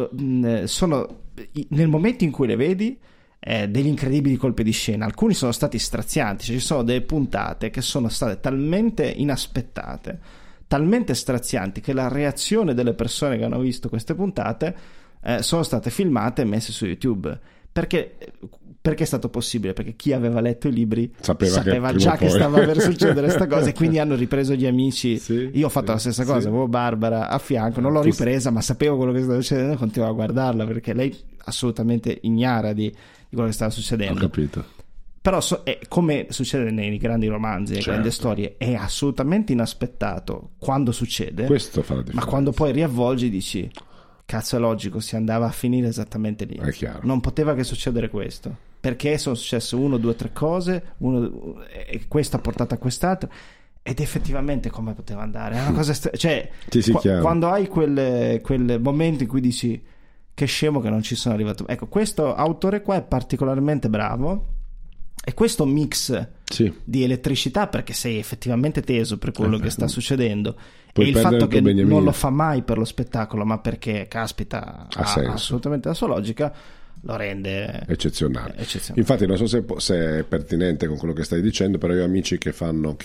Speaker 4: nel momento in cui le vedi degli incredibili colpi di scena. Alcuni sono stati strazianti, cioè ci sono delle puntate che sono state talmente inaspettate, talmente strazianti, che la reazione delle persone che hanno visto queste puntate sono state filmate e messe su YouTube. Perché è stato possibile? Perché chi aveva letto i libri sapeva
Speaker 3: che
Speaker 4: già
Speaker 3: prima o
Speaker 4: che
Speaker 3: poi.
Speaker 4: stava per succedere questa cosa, e quindi hanno ripreso gli amici.
Speaker 3: Sì,
Speaker 4: Io ho fatto la stessa cosa, avevo Barbara a fianco, non l'ho ripresa, ma sapevo quello che stava succedendo e continuavo a guardarla perché lei assolutamente ignara di quello che stava
Speaker 3: Ho
Speaker 4: succedendo.
Speaker 3: capito.
Speaker 4: Però come succede nei grandi romanzi, nelle grandi storie, è assolutamente inaspettato quando succede,
Speaker 3: Questo fa la
Speaker 4: ma
Speaker 3: differenza.
Speaker 4: quando poi riavvolgi dici cazzo, è logico, si andava a finire esattamente lì.
Speaker 3: È chiaro.
Speaker 4: Non poteva che succedere questo, perché sono successe 1, 2, 3 cose, e questo ha portato a quest'altro, ed effettivamente come poteva andare? È una cosa cioè
Speaker 3: Sì, chiaro.
Speaker 4: quando hai quel momento in cui dici che scemo che non ci sono arrivato. Ecco, questo autore qua è particolarmente bravo, e questo mix di elettricità, perché sei effettivamente teso per quello che sta succedendo,
Speaker 3: Puoi
Speaker 4: e il
Speaker 3: perdere
Speaker 4: fatto che
Speaker 3: Beniamino.
Speaker 4: non lo fa mai per lo spettacolo, ma perché caspita
Speaker 3: Ha senso.
Speaker 4: assolutamente la sua logica, lo rende
Speaker 3: eccezionale.
Speaker 4: eccezionale.
Speaker 3: Infatti non so se è pertinente con quello che stai dicendo, però io ho amici che fanno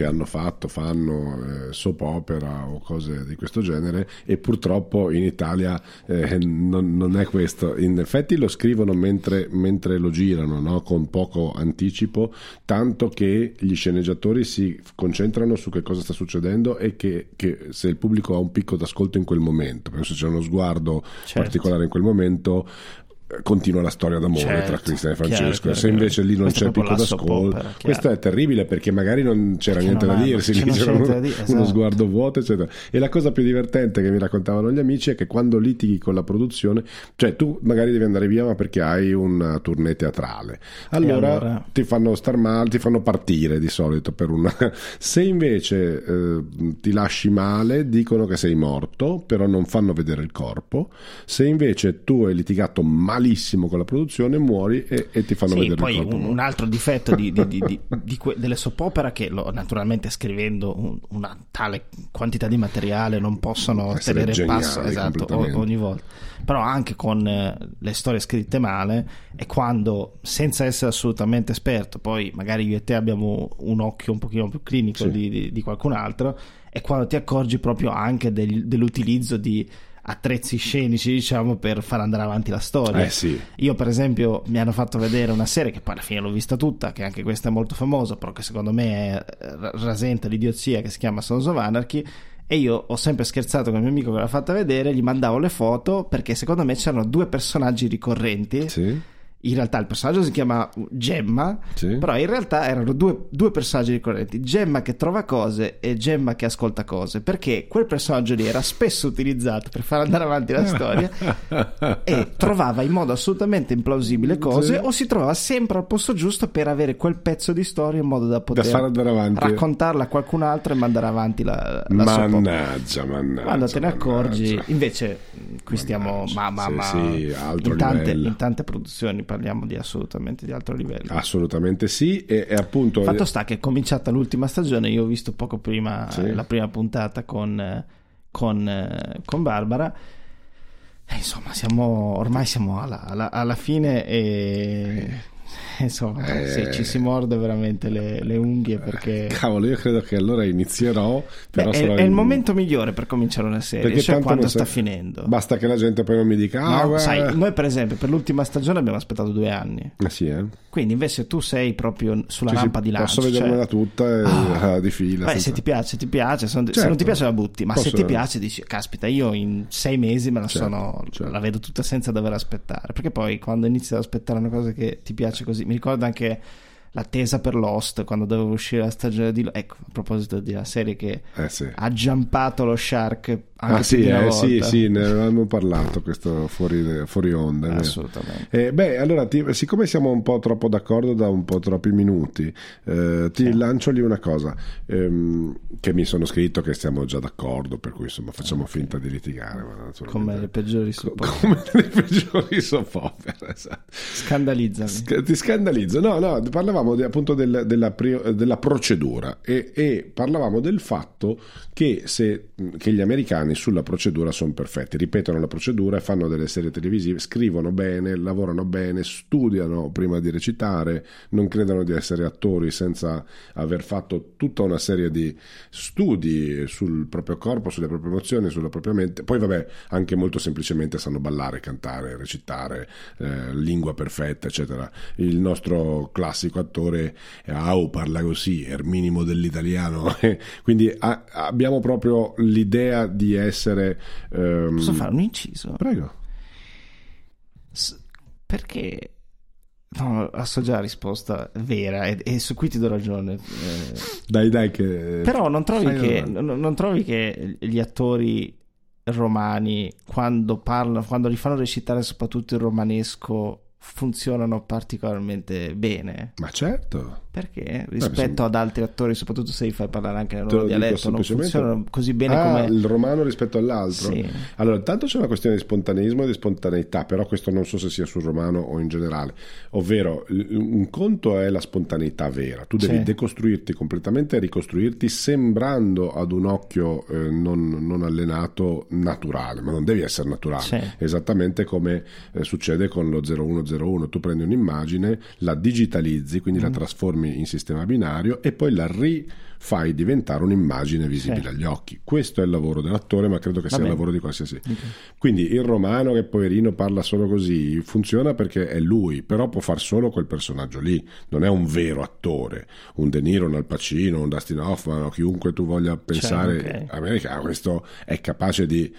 Speaker 3: soap opera o cose di questo genere, e purtroppo in Italia non è questo. In effetti lo scrivono mentre lo girano, no? Con poco anticipo, tanto che gli sceneggiatori si concentrano su che cosa sta succedendo e che se il pubblico ha un picco d'ascolto in quel momento, perché se c'è uno sguardo particolare in quel momento, continua la storia d'amore tra Cristian e Francesco.
Speaker 4: Chiaro,
Speaker 3: se invece lì non
Speaker 4: questo
Speaker 3: c'è
Speaker 4: è proprio
Speaker 3: picco
Speaker 4: la soap
Speaker 3: d'ascolto,
Speaker 4: opera,
Speaker 3: questo è terribile, perché magari non c'era
Speaker 4: Perché
Speaker 3: niente
Speaker 4: non
Speaker 3: da
Speaker 4: hanno-
Speaker 3: dirsi,
Speaker 4: c'è
Speaker 3: lì
Speaker 4: non
Speaker 3: c'era
Speaker 4: c'è niente da dire,
Speaker 3: uno
Speaker 4: esatto.
Speaker 3: sguardo vuoto, eccetera. E la cosa più divertente che mi raccontavano gli amici è che quando litighi con la produzione, cioè tu magari devi andare via ma perché hai una tournée teatrale, allora ti fanno star male, ti fanno partire di solito per una se invece ti lasci male, dicono che sei morto, però non fanno vedere il corpo. Se invece tu hai litigato malissimo con la produzione, muori e ti fanno vedere
Speaker 4: poi
Speaker 3: il corpo.
Speaker 4: un altro difetto delle soap opera, che naturalmente scrivendo una tale quantità di materiale non possono
Speaker 3: Essere
Speaker 4: tenere
Speaker 3: geniali
Speaker 4: passo
Speaker 3: completamente.
Speaker 4: ogni volta, però anche con le storie scritte male, e quando, senza essere assolutamente esperto, poi magari io e te abbiamo un occhio un pochino più clinico di qualcun altro, è quando ti accorgi proprio anche dell'utilizzo di attrezzi scenici, diciamo, per far andare avanti la storia. Io per esempio mi hanno fatto vedere una serie che poi alla fine l'ho vista tutta, che anche questa è molto famosa, però che secondo me è rasenta l'idiozia, che si chiama Sons of Anarchy, e io ho sempre scherzato con il mio amico che l'ha fatta vedere, gli mandavo le foto perché secondo me c'erano due personaggi ricorrenti. In realtà il personaggio si chiama Gemma, però in realtà erano due personaggi ricorrenti: Gemma che trova cose e Gemma che ascolta cose, perché quel personaggio lì era spesso utilizzato per far andare avanti la storia e trovava in modo assolutamente implausibile cose, o si trovava sempre al posto giusto per avere quel pezzo di storia in modo da poter
Speaker 3: far andare avanti,
Speaker 4: raccontarla a qualcun altro e mandare avanti la
Speaker 3: mannaggia.
Speaker 4: Quando te ne accorgi, invece qui stiamo
Speaker 3: altro
Speaker 4: in tante produzioni parliamo assolutamente di altro livello.
Speaker 3: Assolutamente sì, e appunto
Speaker 4: fatto sta che è cominciata l'ultima stagione, io ho visto poco prima la prima puntata con Barbara, e insomma ormai siamo alla fine, e Insomma, sì, ci si morde veramente le unghie perché...
Speaker 3: Cavolo, io credo che allora inizierò, però
Speaker 4: è il momento migliore per cominciare una serie,
Speaker 3: perché
Speaker 4: cioè quando
Speaker 3: non
Speaker 4: sta finendo.
Speaker 3: Basta che la gente poi non mi dica
Speaker 4: no, sai, noi per esempio per l'ultima stagione abbiamo aspettato 2 anni.
Speaker 3: Sì,
Speaker 4: quindi invece tu sei proprio sulla rampa di lancio,
Speaker 3: posso vedermela tutta di fila.
Speaker 4: Beh, se ti piace, se non ti piace la butti, ma se ti piace dici caspita, io in 6 mesi me la la vedo tutta senza dover aspettare, perché poi quando inizi ad aspettare una cosa che ti piace così, mi ricordo anche l'attesa per Lost quando doveva uscire la stagione di ecco, a proposito della serie che ha giampato lo Shark anche più di una volta.
Speaker 3: Sì, ne avevamo parlato questo fuori onda.
Speaker 4: Assolutamente.
Speaker 3: Allora siccome siamo un po' troppo d'accordo da un po' troppi minuti, ti lancio lì una cosa che mi sono scritto che stiamo già d'accordo, per cui insomma facciamo finta di litigare, ma
Speaker 4: come le peggiori soap
Speaker 3: opera, esatto.
Speaker 4: Scandalizzami.
Speaker 3: Ti scandalizzo. No, parlavamo appunto della procedura e parlavamo del fatto che gli americani sulla procedura sono perfetti, ripetono la procedura, fanno delle serie televisive, scrivono bene, lavorano bene, studiano prima di recitare, non credono di essere attori senza aver fatto tutta una serie di studi sul proprio corpo, sulle proprie emozioni, sulla propria mente. Poi vabbè, anche molto semplicemente sanno ballare, cantare, recitare, lingua perfetta, eccetera. Il nostro classico attore parla così, è il minimo dell'italiano. Quindi abbiamo proprio l'idea di essere...
Speaker 4: Posso fare un inciso?
Speaker 3: Prego.
Speaker 4: Perché... No, so già la risposta vera e su cui ti do ragione.
Speaker 3: Dai che...
Speaker 4: Però non trovi che gli attori romani quando li fanno recitare soprattutto il romanesco funzionano particolarmente bene?
Speaker 3: Ma certo.
Speaker 4: Perché rispetto ad altri attori, soprattutto se li fai parlare anche nel loro dialetto, non funzionano così bene come
Speaker 3: il romano rispetto all'altro?
Speaker 4: Sì.
Speaker 3: Allora, tanto c'è una questione di spontaneismo e di spontaneità, però questo non so se sia sul romano o in generale. Ovvero, un conto è la spontaneità vera. Tu devi decostruirti completamente e ricostruirti sembrando ad un occhio non allenato naturale, ma non devi essere naturale. Esattamente come succede con lo 0101. Tu prendi un'immagine, la digitalizzi, quindi la trasformi in sistema binario e poi la rifai diventare un'immagine visibile agli occhi. Questo è il lavoro dell'attore, ma credo che sia il lavoro di qualsiasi. Quindi il romano che poverino parla solo così funziona perché è lui, però può far solo quel personaggio lì, non è un vero attore. Un De Niro, un Al Pacino, un Dustin Hoffman o chiunque tu voglia pensare questo è capace di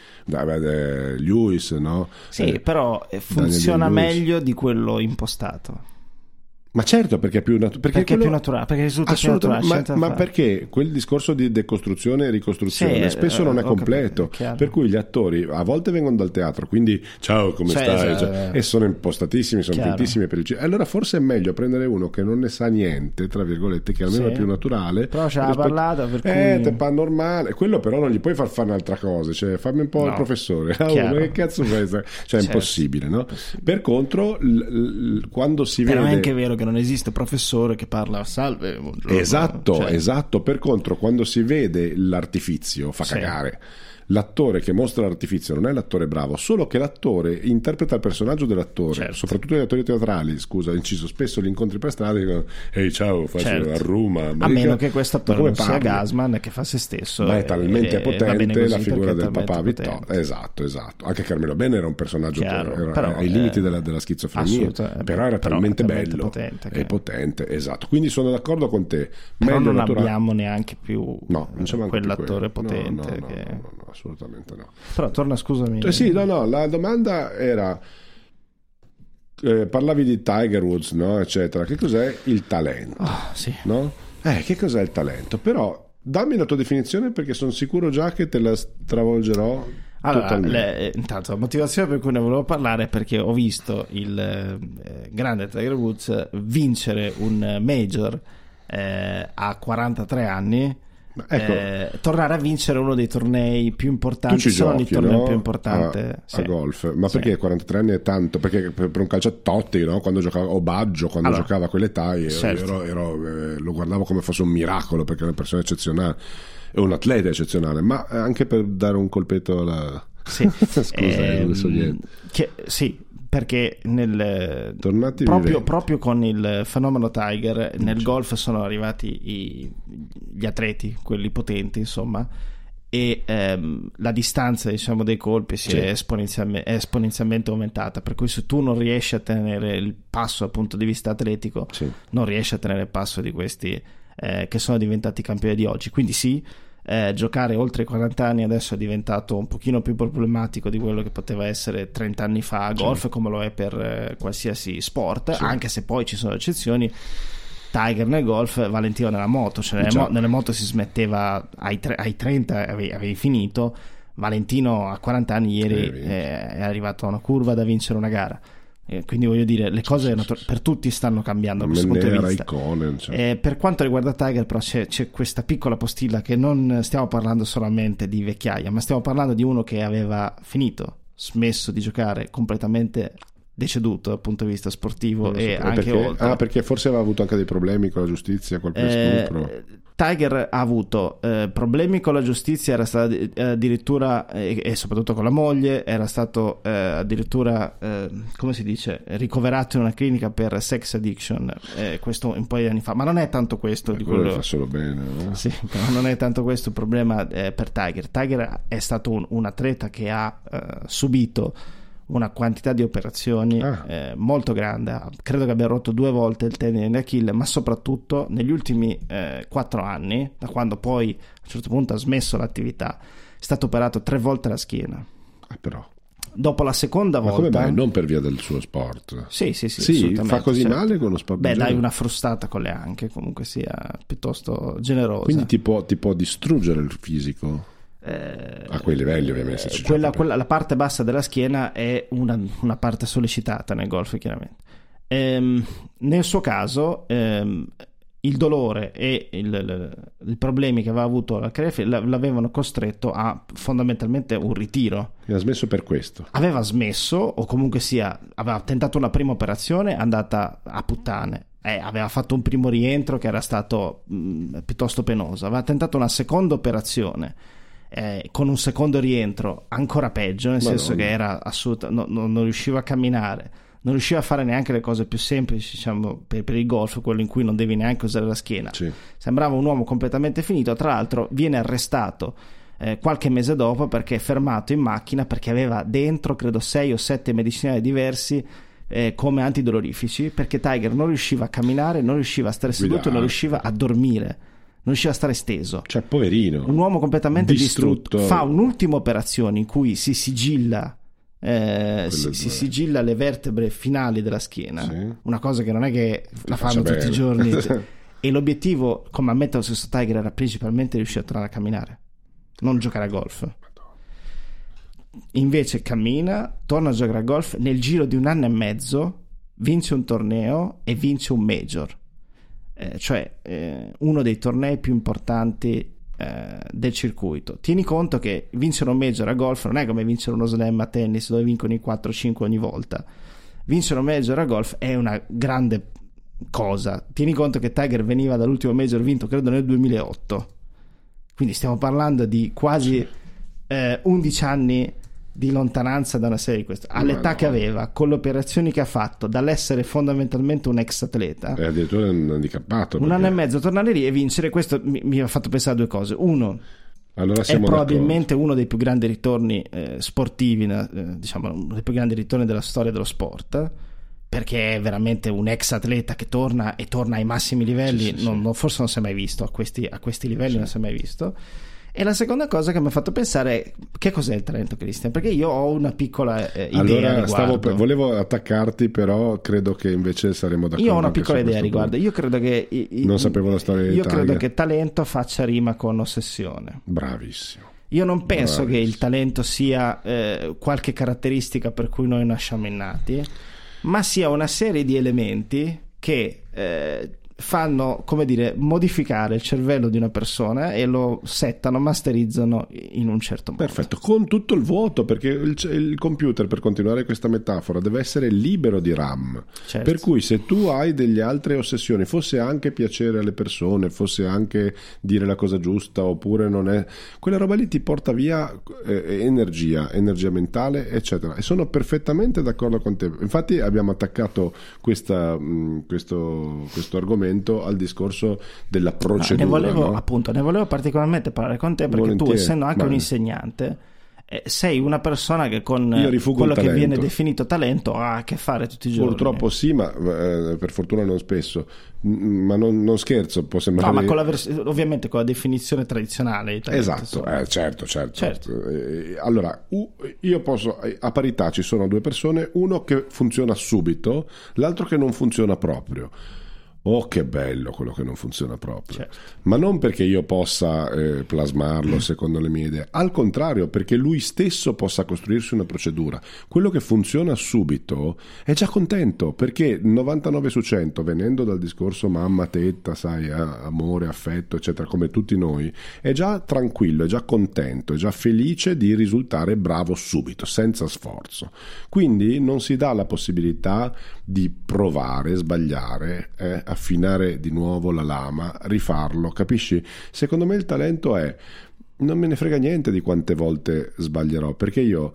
Speaker 3: Lewis, no?
Speaker 4: Sì, però funziona meglio di quello impostato.
Speaker 3: Ma certo, perché è più perché
Speaker 4: è più naturale, perché risulta più naturale.
Speaker 3: Ma perché quel discorso di decostruzione e ricostruzione spesso non è completo, per cui gli attori a volte vengono dal teatro, quindi ciao, come stai? E sono impostatissimi, sono fintissimi per il allora forse è meglio prendere uno che non ne sa niente, tra virgolette, che almeno è più naturale,
Speaker 4: però c'è la parlata, per cui
Speaker 3: te fa normale, quello però non gli puoi far fare un'altra cosa, cioè fammi un po' il professore, ma che cazzo fai? Cioè è impossibile, no? Per contro quando si vede,
Speaker 4: è anche vero che non esiste professore che parla salve, buongiorno.
Speaker 3: Esatto, per contro quando si vede l'artifizio fa cagare. L'attore che mostra l'artifizio non è l'attore bravo, solo che l'attore interpreta il personaggio dell'attore, soprattutto gli attori teatrali, inciso, spesso li incontri per strada e dicono ehi ciao, faccio a Roma,
Speaker 4: a meno che questo attore non sia Gassman che fa se stesso,
Speaker 3: ma è talmente potente la figura del papà Vittorio. Esatto, anche Carmelo Bene era un personaggio era ai limiti della schizofrenia, però era talmente bello e potente, esatto, quindi sono d'accordo con te,
Speaker 4: però non abbiamo neanche più quell'attore
Speaker 3: più
Speaker 4: potente
Speaker 3: no, assolutamente no.
Speaker 4: Però torna, scusami.
Speaker 3: La domanda era parlavi di Tiger Woods, no, eccetera. Che cos'è il talento? No? Che cos'è il talento? Però dammi la tua definizione, perché sono sicuro già che te la stravolgerò.
Speaker 4: Allora, intanto la motivazione per cui ne volevo parlare è perché ho visto il grande Tiger Woods vincere un major a 43 anni. Tornare a vincere uno dei tornei più importanti,
Speaker 3: il
Speaker 4: torneo più importante
Speaker 3: a golf, ma perché 43 anni è tanto? Perché per un calciatore, Totti, no? Quando giocava, o Baggio quando giocava a quell'età, lo guardavo come fosse un miracolo, perché è una persona eccezionale, è un atleta eccezionale, ma anche per dare un colpetto alla scusa, non so niente.
Speaker 4: perché
Speaker 3: Tornati
Speaker 4: proprio con il fenomeno Tiger nel golf sono arrivati gli atleti, quelli potenti, insomma, e la distanza, diciamo, dei colpi è esponenzialmente aumentata, per cui se tu non riesci a tenere il passo dal punto di vista atletico, non riesci a tenere il passo di questi che sono diventati campioni di oggi. Quindi giocare oltre i 40 anni adesso è diventato un pochino più problematico di quello che poteva essere 30 anni fa a golf, come lo è per qualsiasi sport, anche se poi ci sono eccezioni. Tiger nel golf, Valentino nella moto, cioè nelle moto si smetteva ai 30, avevi finito. Valentino a 40 anni ieri è arrivato a una curva da vincere una gara. Quindi voglio dire, le cose per tutti stanno cambiando da questo punto di vista. Per quanto riguarda Tiger, però, c'è questa piccola postilla, che non stiamo parlando solamente di vecchiaia, ma stiamo parlando di uno che aveva finito, smesso di giocare, completamente deceduto dal punto di vista sportivo e anche oltre.
Speaker 3: Perché forse aveva avuto anche dei problemi con la giustizia, colpi di stupro.
Speaker 4: Tiger ha avuto problemi con la giustizia, era stato addirittura e soprattutto con la moglie, era stato addirittura come si dice, ricoverato in una clinica per sex addiction, questo un po' di anni fa, ma non è tanto questo di quello
Speaker 3: fa solo bene, no?
Speaker 4: Sì, però non è tanto questo il problema per Tiger. Tiger è stato un atleta che ha subito una quantità di operazioni molto grande. Credo che abbia rotto 2 volte il tendine d'Achille, ma soprattutto negli ultimi 4 anni, da quando poi a un certo punto ha smesso l'attività, è stato operato 3 volte la schiena.
Speaker 3: Però
Speaker 4: dopo la seconda volta,
Speaker 3: come mai? Non per via del suo sport?
Speaker 4: Sì,
Speaker 3: fa così male con lo sport?
Speaker 4: Dai una frustata con le anche, comunque sia piuttosto generosa.
Speaker 3: Quindi ti può distruggere il fisico? A quei livelli, ovviamente.
Speaker 4: La parte bassa della schiena è una parte sollecitata nel golf, chiaramente. Nel suo caso il dolore e i problemi che aveva avuto l'avevano costretto a fondamentalmente un ritiro.
Speaker 3: E ha smesso per questo.
Speaker 4: Aveva smesso, o comunque sia aveva tentato una prima operazione andata a puttane. Aveva fatto un primo rientro che era stato piuttosto penoso. Aveva tentato una seconda operazione con un secondo rientro ancora peggio, nel senso che era non riusciva a camminare, non riusciva a fare neanche le cose più semplici, diciamo, per il golf, quello in cui non devi neanche usare la schiena. Sembrava un uomo completamente finito. Tra l'altro viene arrestato qualche mese dopo, perché è fermato in macchina perché aveva dentro credo 6 o 7 medicinali diversi come antidolorifici, perché Tiger non riusciva a camminare, non riusciva a stare seduto, non riusciva a dormire, non riusciva a stare steso.
Speaker 3: Cioè, poverino,
Speaker 4: un uomo completamente distrutto. Fa un'ultima operazione in cui si sigilla sigilla le vertebre finali della schiena, una cosa che non è che la fanno tutti i giorni. E l'obiettivo, come ammette lo stesso Tiger, era principalmente riuscire a tornare a camminare, non giocare a golf. Invece cammina, torna a giocare a golf, nel giro di 1 anno e mezzo vince un torneo e vince un major, uno dei tornei più importanti del circuito. Tieni conto che vincere un major a golf non è come vincere uno slam a tennis, dove vincono i 4-5 ogni volta. Vincere un major a golf è una grande cosa. Tieni conto che Tiger veniva dall'ultimo major vinto credo nel 2008, quindi stiamo parlando di quasi 11 anni di lontananza da una serie di queste. All'età che aveva, con le operazioni che ha fatto, dall'essere fondamentalmente un ex atleta,
Speaker 3: è addirittura un handicappato,
Speaker 4: 1 anno e mezzo tornare lì e vincere, questo mi ha fatto pensare a 2 cose. Uno,
Speaker 3: allora
Speaker 4: è probabilmente uno dei più grandi ritorni sportivi, diciamo uno dei più grandi ritorni della storia dello sport, perché è veramente un ex atleta che torna ai massimi livelli. Forse non si è mai visto a questi livelli, non si è mai visto. E la seconda cosa che mi ha fatto pensare è: che cos'è il talento, Christian? Perché io ho una piccola idea a riguardo.
Speaker 3: Volevo attaccarti, però credo che invece saremo d'accordo.
Speaker 4: Io ho una piccola idea a riguardo. Io credo che
Speaker 3: non sapevo la storia di Tiger.
Speaker 4: Credo che talento faccia rima con ossessione.
Speaker 3: Bravissimo.
Speaker 4: Io non penso che il talento sia qualche caratteristica per cui noi nasciamo innati, ma sia una serie di elementi che fanno, come dire, modificare il cervello di una persona e lo settano, masterizzano in un certo modo.
Speaker 3: Perfetto, con tutto il vuoto, perché il computer, per continuare questa metafora, deve essere libero di RAM.
Speaker 4: Certo.
Speaker 3: Per cui se tu hai delle altre ossessioni, fosse anche piacere alle persone, fosse anche dire la cosa giusta, oppure non è, quella roba lì ti porta via energia mentale, eccetera. E sono perfettamente d'accordo con te. Infatti abbiamo attaccato questo argomento al discorso della procedura.
Speaker 4: Ne volevo particolarmente parlare con te, perché tu, essendo anche un insegnante, sei una persona che con quello che viene definito talento ha a che fare tutti i giorni.
Speaker 3: Purtroppo sì, ma per fortuna non spesso. Ma non scherzo, può sembrare.
Speaker 4: No, ma ovviamente con la definizione tradizionale di talento.
Speaker 3: Esatto, certo. Allora, io posso, a parità ci sono due persone, uno che funziona subito, l'altro che non funziona proprio. Oh, che bello quello che non funziona proprio.
Speaker 4: Certo.
Speaker 3: Ma non perché io possa plasmarlo secondo le mie idee, al contrario, perché lui stesso possa costruirsi una procedura. Quello che funziona subito è già contento, perché 99 su 100, venendo dal discorso mamma, tetta, sai, amore, affetto, eccetera, come tutti noi, è già tranquillo, è già contento, è già felice di risultare bravo subito, senza sforzo. Quindi non si dà la possibilità di provare, sbagliare, affinare di nuovo la lama, rifarlo, capisci? Secondo me il talento è: non me ne frega niente di quante volte sbaglierò, perché io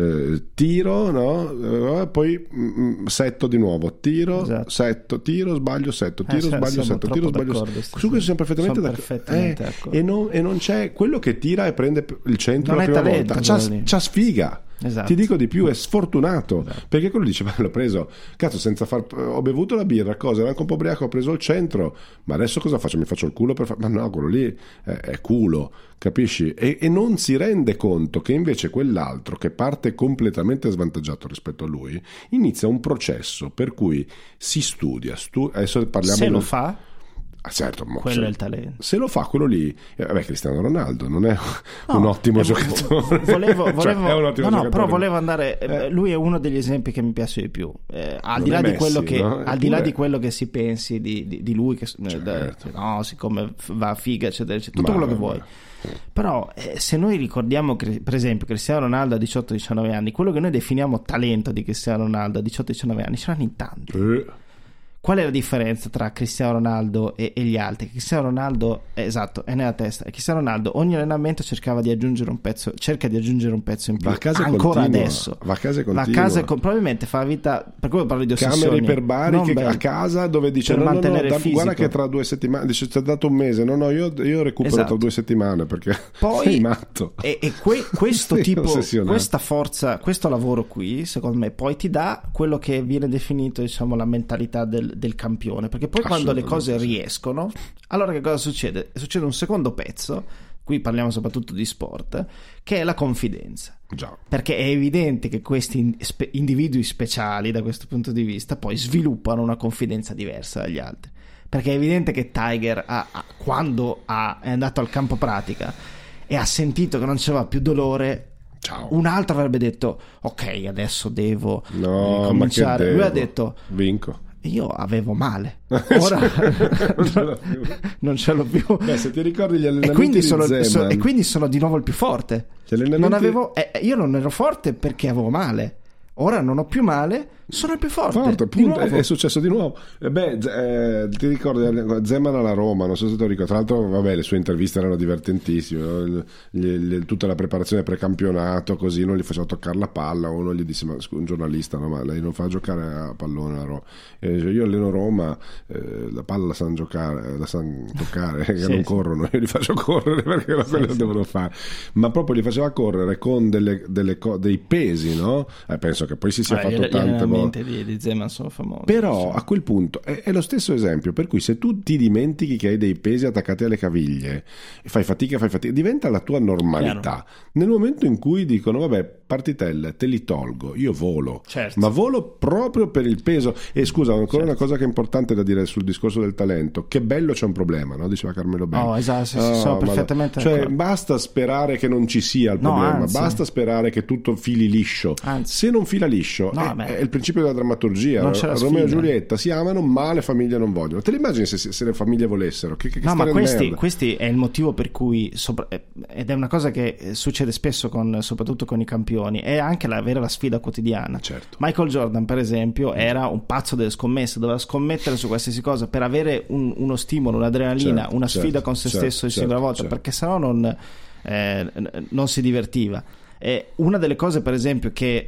Speaker 3: tiro, no? Poi setto di nuovo, tiro,
Speaker 4: esatto.
Speaker 3: Setto, tiro, sbaglio, setto, tiro, sbaglio, setto, tiro, sbaglio, setto. Su questo siamo perfettamente d'accordo. E non c'è quello che tira e prende il centro
Speaker 4: non
Speaker 3: la prima
Speaker 4: talento,
Speaker 3: volta, c'ha sfiga.
Speaker 4: Esatto.
Speaker 3: Ti dico di più, è sfortunato,
Speaker 4: esatto.
Speaker 3: Perché quello dice: ma l'ho preso, cazzo, ho bevuto la birra, cosa, ero anche un po' ubriaco, ho preso il centro, ma adesso cosa faccio? Mi faccio il culo per ma no, quello lì è culo, capisci? E non si rende conto che invece quell'altro, che parte completamente svantaggiato rispetto a lui, inizia un processo per cui si studia, adesso parliamo
Speaker 4: se lo fa.
Speaker 3: Certo,
Speaker 4: quello è il talento.
Speaker 3: Se lo fa quello lì, Cristiano Ronaldo non è un ottimo giocatore.
Speaker 4: Volevo
Speaker 3: è un ottimo giocatore.
Speaker 4: Però volevo andare. Lui è uno degli esempi che mi piace di più. Al di là di quello che, al di là di quello che si pensi di lui, che
Speaker 3: certo.
Speaker 4: no, siccome va a figa, eccetera, eccetera, tutto quello che vuoi. Però se noi ricordiamo per esempio Cristiano Ronaldo a 18-19 anni, quello che noi definiamo talento di Cristiano Ronaldo a 18-19 anni, ce l'hanno in tanti. Qual è la differenza tra Cristiano Ronaldo e gli altri? Cristiano Ronaldo, esatto, è nella testa. Cristiano Ronaldo ogni allenamento cerca di aggiungere un pezzo in più. Ancora adesso.
Speaker 3: Va a casa e continua.
Speaker 4: Probabilmente fa la vita, per cui parlo di ossessioni.
Speaker 3: Camere iperbariche a casa dove dice no, guarda che tra 2 settimane, dice ti ha dato un mese, no, io recupero esatto. Tra 2 settimane perché poi, sei matto.
Speaker 4: E questo tipo, questa forza, questo lavoro qui, secondo me, poi ti dà quello che viene definito, diciamo, la mentalità del campione, perché poi quando le cose riescono, allora che cosa succede? Succede un secondo pezzo, qui parliamo soprattutto di sport, che è la confidenza.
Speaker 3: Già. Perché
Speaker 4: è evidente che questi individui speciali da questo punto di vista poi sviluppano una confidenza diversa dagli altri, perché è evidente che Tiger quando è andato al campo pratica e ha sentito che non c'era più dolore, un altro avrebbe detto ok, adesso devo cominciare. Lui ha detto
Speaker 3: vinco.
Speaker 4: Io avevo male, ora non ce l'ho più.
Speaker 3: Beh, se ti ricordi gli allenamenti
Speaker 4: e quindi sono di nuovo il più forte. Io non ero forte perché avevo male. Ora non ho più male, sono il più forte.
Speaker 3: È successo di nuovo. Ti ricordi Zeman alla Roma, non so se te lo ricordi. Tra l'altro, le sue interviste erano divertentissime, no? Tutta la preparazione precampionato, così non gli faceva toccare la palla. Uno gli disse: ma un giornalista, no, ma lei non fa giocare a pallone a Roma. Io alleno Roma, la palla la sanno giocare, la sanno toccare, che non corrono, io li faccio correre perché quello devono fare. Ma proprio li faceva correre con dei pesi, no? Penso che poi si sia fatto tante volte.
Speaker 4: Di Zeman sono famosi.
Speaker 3: Però a quel punto è lo stesso esempio, per cui se tu ti dimentichi che hai dei pesi attaccati alle caviglie, fai fatica, diventa la tua normalità. Chiaro. Nel momento in cui dicono vabbè, partitelle, te li tolgo, io volo, certo. Ma volo proprio per il peso. E scusa, ancora una cosa che è importante da dire sul discorso del talento: che bello, c'è un problema, no? Diceva Carmelo Bene.
Speaker 4: Esatto, sono perfettamente
Speaker 3: d'accordo. Basta sperare che non ci sia il problema, basta sperare che tutto fili liscio.
Speaker 4: Anzi.
Speaker 3: Se non fila liscio, è il principio principio della drammaturgia.
Speaker 4: Non c'è la
Speaker 3: Romeo e
Speaker 4: sfida.
Speaker 3: Giulietta si amano, ma le famiglie non vogliono. Te le immagini se le famiglie volessero? Che
Speaker 4: No, ma
Speaker 3: storia di merda.
Speaker 4: questi è il motivo per cui ed è una cosa che succede spesso soprattutto con i campioni, è anche avere la sfida quotidiana.
Speaker 3: Certo.
Speaker 4: Michael Jordan, per esempio, era un pazzo delle scommesse, doveva scommettere su qualsiasi cosa per avere uno stimolo, un'adrenalina,
Speaker 3: Certo,
Speaker 4: una
Speaker 3: certo,
Speaker 4: sfida con se
Speaker 3: certo,
Speaker 4: stesso di singola volta,
Speaker 3: certo.
Speaker 4: perché sennò non si divertiva. Una delle cose, per esempio, che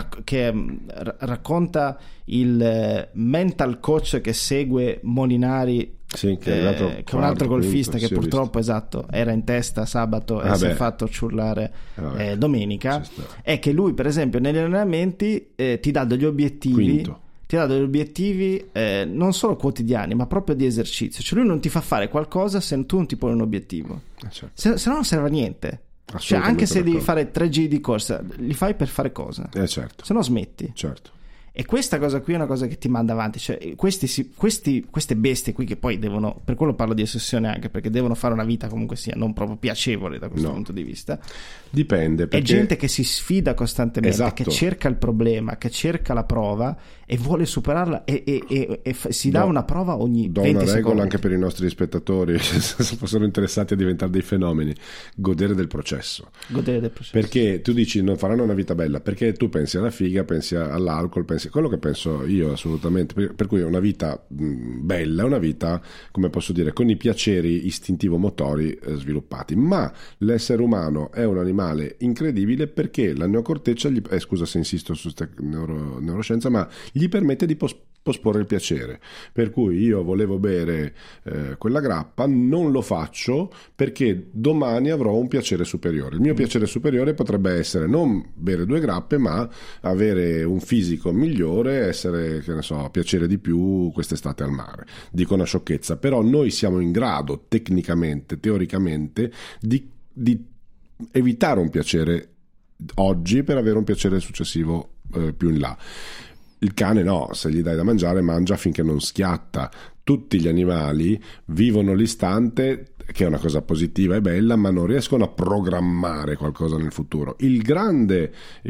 Speaker 4: racconta il mental coach che segue Molinari,
Speaker 3: Sì, che è
Speaker 4: un altro golfista
Speaker 3: quinto,
Speaker 4: che
Speaker 3: sì, ho
Speaker 4: purtroppo era in testa sabato e si è fatto ciurlare domenica,
Speaker 3: Ci sta.
Speaker 4: è che lui, per esempio, negli allenamenti ti dà degli obiettivi.
Speaker 3: Quinto.
Speaker 4: Ti dà degli obiettivi non solo quotidiani, ma proprio di esercizio. Cioè lui non ti fa fare qualcosa se tu non ti poni un obiettivo.
Speaker 3: Certo.
Speaker 4: Se no non serve a niente. Cioè,
Speaker 3: Assolutamente
Speaker 4: anche se devi
Speaker 3: d'accordo.
Speaker 4: fare 3 giri di corsa, li fai per fare cosa?
Speaker 3: Certo,
Speaker 4: Se no smetti.
Speaker 3: certo.
Speaker 4: E questa cosa qui è una cosa che ti manda avanti. Cioè, queste bestie qui che poi devono, per quello parlo di ossessione anche, perché devono fare una vita comunque sia non proprio piacevole da questo punto di vista.
Speaker 3: Dipende, perché
Speaker 4: È gente che si sfida costantemente,
Speaker 3: Esatto.
Speaker 4: che cerca il problema, che cerca la prova e vuole superarla e si dà una prova ogni
Speaker 3: do
Speaker 4: 20
Speaker 3: una regola
Speaker 4: secondi.
Speaker 3: anche per i nostri spettatori che fossero interessati a diventare dei fenomeni: godere del processo.
Speaker 4: Godere del processo.
Speaker 3: Perché tu dici non faranno una vita bella, perché tu pensi alla figa, pensi all'alcol, pensi quello che penso io assolutamente, per cui una vita bella è una vita, come posso dire, con i piaceri istintivo-motori sviluppati, ma l'essere umano è un animale incredibile perché la neocorteccia scusa se insisto su neuroscienza, ma gli permette di posporre il piacere, per cui io volevo bere quella grappa, non lo faccio perché domani avrò un piacere superiore. Il mio piacere superiore potrebbe essere non bere 2 grappe, ma avere un fisico migliore, essere, che ne so, piacere di più quest'estate al mare. Dico una sciocchezza, però noi siamo in grado tecnicamente, teoricamente, di evitare un piacere oggi per avere un piacere successivo più in là. Il cane no, se gli dai da mangiare mangia finché non schiatta. Tutti gli animali vivono l'istante, che è una cosa positiva e bella, ma non riescono a programmare qualcosa nel futuro. Il grande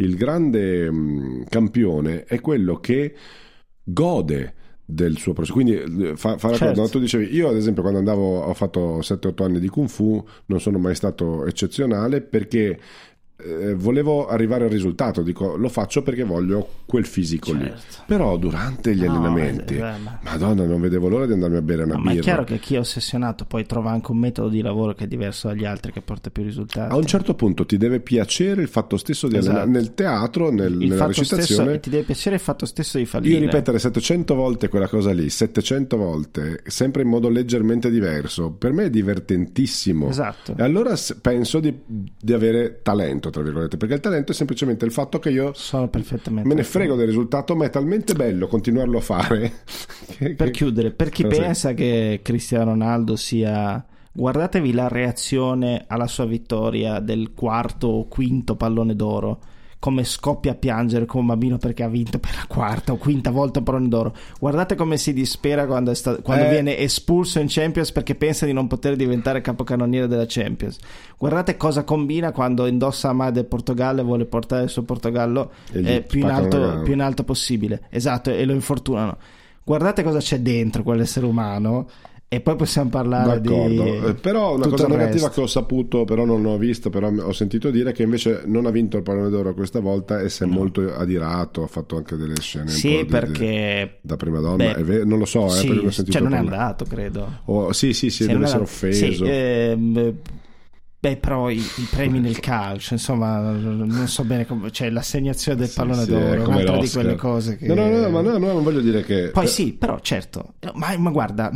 Speaker 3: campione è quello che gode del suo processo, quindi fa
Speaker 4: Certo.
Speaker 3: tu dicevi, io ad esempio quando ho fatto 7-8 anni di Kung Fu non sono mai stato eccezionale perché volevo arrivare al risultato, dico lo faccio perché voglio quel fisico lì, però durante gli allenamenti Madonna, non vedevo l'ora di andarmi a bere una
Speaker 4: ma
Speaker 3: birra.
Speaker 4: è chiaro che chi è ossessionato poi trova anche un metodo di lavoro che è diverso dagli altri, che porta più risultati.
Speaker 3: A un certo punto ti deve piacere il fatto stesso di allenare nel teatro, nella
Speaker 4: fatto
Speaker 3: recitazione
Speaker 4: stesso, ti deve piacere il fatto stesso di fallire.
Speaker 3: io ripetere 700 volte quella cosa lì, 700 volte, sempre in modo leggermente diverso, per me è divertentissimo.
Speaker 4: Esatto.
Speaker 3: E allora penso di avere talento, tra virgolette, perché il talento è semplicemente il fatto che io
Speaker 4: sono perfettamente
Speaker 3: me ne frego del risultato, ma è talmente bello continuarlo a fare
Speaker 4: per chiudere, per chi pensa che Cristiano Ronaldo sia, guardatevi la reazione alla sua vittoria del 4º o 5º pallone d'oro, come scoppia a piangere come un bambino perché ha vinto per la 4ª o 5ª volta il pallone d'oro. Guardate come si dispera quando viene espulso in Champions perché pensa di non poter diventare capocannoniere della Champions. Guardate cosa combina quando indossa la maglia del Portogallo e vuole portare il suo Portogallo più in alto possibile. Esatto, e lo infortunano. Guardate cosa c'è dentro quell'essere umano. E poi possiamo parlare
Speaker 3: d'accordo. Però una
Speaker 4: tutto
Speaker 3: cosa
Speaker 4: il
Speaker 3: negativa
Speaker 4: resto.
Speaker 3: che ho saputo, però non ho visto, però ho sentito dire che invece non ha vinto il pallone d'oro questa volta e si è molto adirato, ha fatto anche delle scene
Speaker 4: sì,
Speaker 3: un po'
Speaker 4: perché
Speaker 3: da prima donna, non lo so,
Speaker 4: sì,
Speaker 3: perché l'ho sentito
Speaker 4: cioè non è
Speaker 3: parlare.
Speaker 4: andato, credo.
Speaker 3: Sì, deve essere offeso.
Speaker 4: Sì, però i premi nel calcio, insomma, non so bene come, cioè l'assegnazione del pallone d'oro è
Speaker 3: come
Speaker 4: un'altra di
Speaker 3: l'Oscar.
Speaker 4: quelle cose che...
Speaker 3: No, non voglio dire che
Speaker 4: Poi sì, però certo, ma guarda,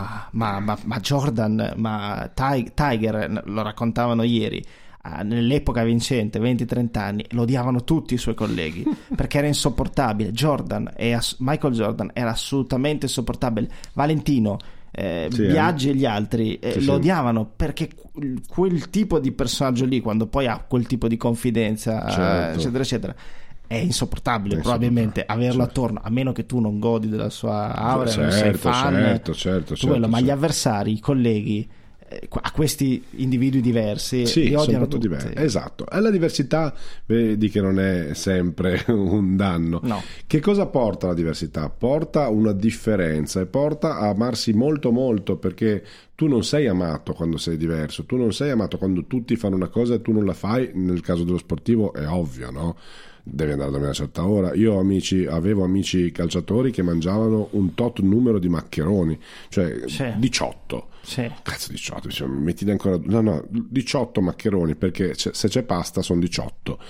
Speaker 4: ma Jordan, ma Tiger, lo raccontavano ieri, nell'epoca vincente, 20-30 anni, lo odiavano tutti i suoi colleghi perché era insopportabile. Michael Jordan era assolutamente insopportabile. Valentino, Biaggi e gli altri lo odiavano perché quel tipo di personaggio lì, quando poi ha quel tipo di confidenza, eccetera eccetera, è insopportabile. Probabilmente averlo attorno, a meno che tu non godi della sua aura, non sei fan,
Speaker 3: certo.
Speaker 4: ma gli avversari, i colleghi, a questi individui diversi,
Speaker 3: Sì,
Speaker 4: li
Speaker 3: sono
Speaker 4: odiano
Speaker 3: proprio
Speaker 4: tutti.
Speaker 3: diversi. Esatto. E la diversità, vedi che non è sempre un danno.
Speaker 4: No.
Speaker 3: Che cosa porta la diversità? Porta una differenza e porta a amarsi molto molto, perché tu non sei amato quando sei diverso, tu non sei amato quando tutti fanno una cosa e tu non la fai. Nel caso dello sportivo è ovvio, no? Devi andare da una certa ora. Io avevo amici calciatori che mangiavano un tot numero di maccheroni, cioè
Speaker 4: Sì.
Speaker 3: 18.
Speaker 4: Sì.
Speaker 3: Cazzo, 18, cioè, mettine ancora. No, 18 maccheroni, perché se c'è pasta sono 18.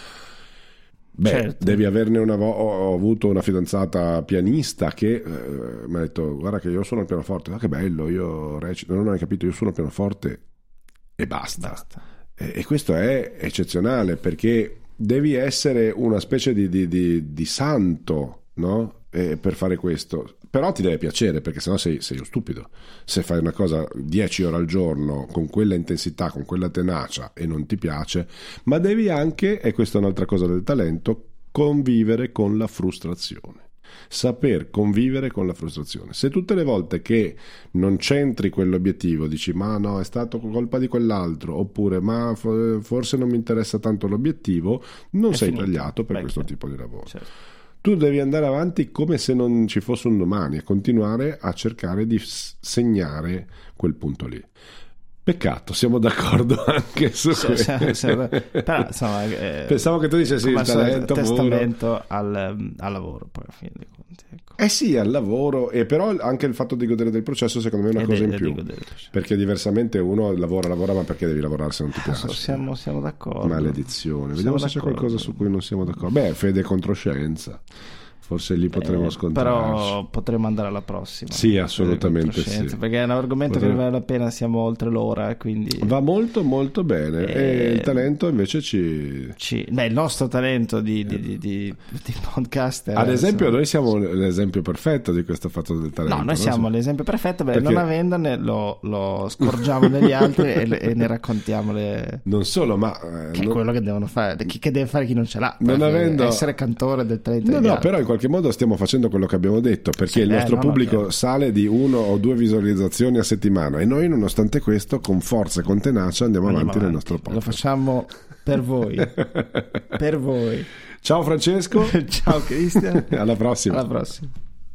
Speaker 3: Beh,
Speaker 4: Certo.
Speaker 3: devi averne ho avuto una fidanzata pianista che mi ha detto: guarda che io suono il pianoforte. Che bello, io recito. Non hai capito, io suono il pianoforte e basta. E questo è eccezionale, perché devi essere una specie di santo, no? Per fare questo. Però ti deve piacere, perché sennò sei uno stupido. Se fai una cosa 10 ore al giorno con quella intensità, con quella tenacia, e non ti piace, ma devi anche, e questa è un'altra cosa del talento, convivere con la frustrazione. Saper convivere con la frustrazione. Se tutte le volte che non c'entri quell'obiettivo dici ma no, è stato colpa di quell'altro, oppure ma forse non mi interessa tanto l'obiettivo, non sei
Speaker 4: finito.
Speaker 3: tagliato per questo
Speaker 4: Chiaro.
Speaker 3: tipo di lavoro.
Speaker 4: Certo.
Speaker 3: Tu devi andare avanti come se non ci fosse un domani e continuare a cercare di segnare quel punto lì. Peccato, siamo d'accordo anche su questo.
Speaker 4: Però insomma,
Speaker 3: Pensavo che tu dicessi il talento
Speaker 4: testamento al lavoro, poi alla fine dei conti, ecco.
Speaker 3: sì, al lavoro, e però anche il fatto di godere del processo secondo me è una cosa in più, perché diversamente uno lavora, ma perché devi lavorare se non ti piace?
Speaker 4: Siamo d'accordo.
Speaker 3: Maledizione. Vediamo se c'è qualcosa su cui non siamo d'accordo. Beh, fede contro scienza. Forse lì potremo scontrarci.
Speaker 4: Però potremo andare alla prossima.
Speaker 3: Sì, assolutamente sì.
Speaker 4: Perché è un argomento che vale la pena, siamo oltre l'ora, quindi
Speaker 3: va molto molto bene. E il talento invece
Speaker 4: Beh, il nostro talento di podcaster.
Speaker 3: Ad esempio, noi siamo l'esempio perfetto di questo fatto del talento.
Speaker 4: No, noi siamo l'esempio perfetto, perché non avendone lo scorgiamo negli altri e ne raccontiamo
Speaker 3: non solo, ma
Speaker 4: che è quello che devono fare, che deve fare chi non ce l'ha,
Speaker 3: non avendo
Speaker 4: essere cantore del talento.
Speaker 3: No, però in qualche modo stiamo facendo quello che abbiamo detto, perché il nostro pubblico sale di 1 o 2 visualizzazioni a settimana, e noi nonostante questo con forza e con tenacia andiamo avanti nel nostro podcast.
Speaker 4: Lo facciamo per voi. Per voi.
Speaker 3: Ciao Francesco.
Speaker 4: Ciao Cristian.
Speaker 3: Alla prossima.
Speaker 4: Alla prossima.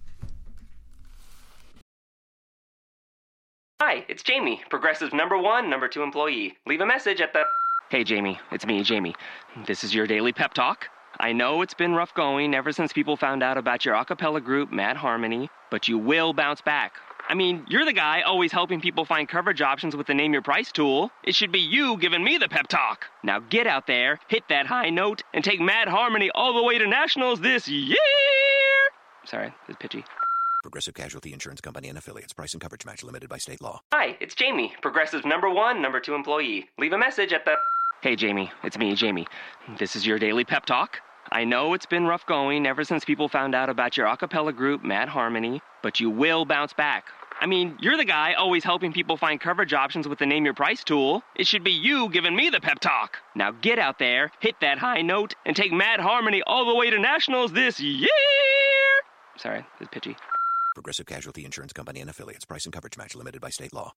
Speaker 5: Hi, it's Jamie, Progressive's #1, #2 employee. Leave a message at the... Hey, Jamie, it's me, Jamie. This is your daily pep talk. I know it's been rough going ever since people found out about your a cappella group, Mad Harmony, but you will bounce back. I mean, you're the guy always helping people find coverage options with the Name Your Price tool. It should be you giving me the pep talk. Now get out there, hit that high note, and take Mad Harmony all the way to nationals this year! Sorry, it's pitchy.
Speaker 1: Progressive Casualty Insurance Company and Affiliates. Price and coverage match limited by state law.
Speaker 5: Hi, it's Jamie, Progressive's #1, #2 employee. Leave a message at the... Hey, Jamie, it's me, Jamie. This is your daily pep talk. I know it's been rough going ever since people found out about your a cappella group, Mad Harmony, but you will bounce back. I mean, you're the guy always helping people find coverage options with the Name Your Price tool. It should be you giving me the pep talk. Now get out there, hit that high note, and take Mad Harmony all the way to nationals this year! Sorry, it's pitchy.
Speaker 1: Progressive Casualty Insurance Company and Affiliates. Price and coverage match limited by state law.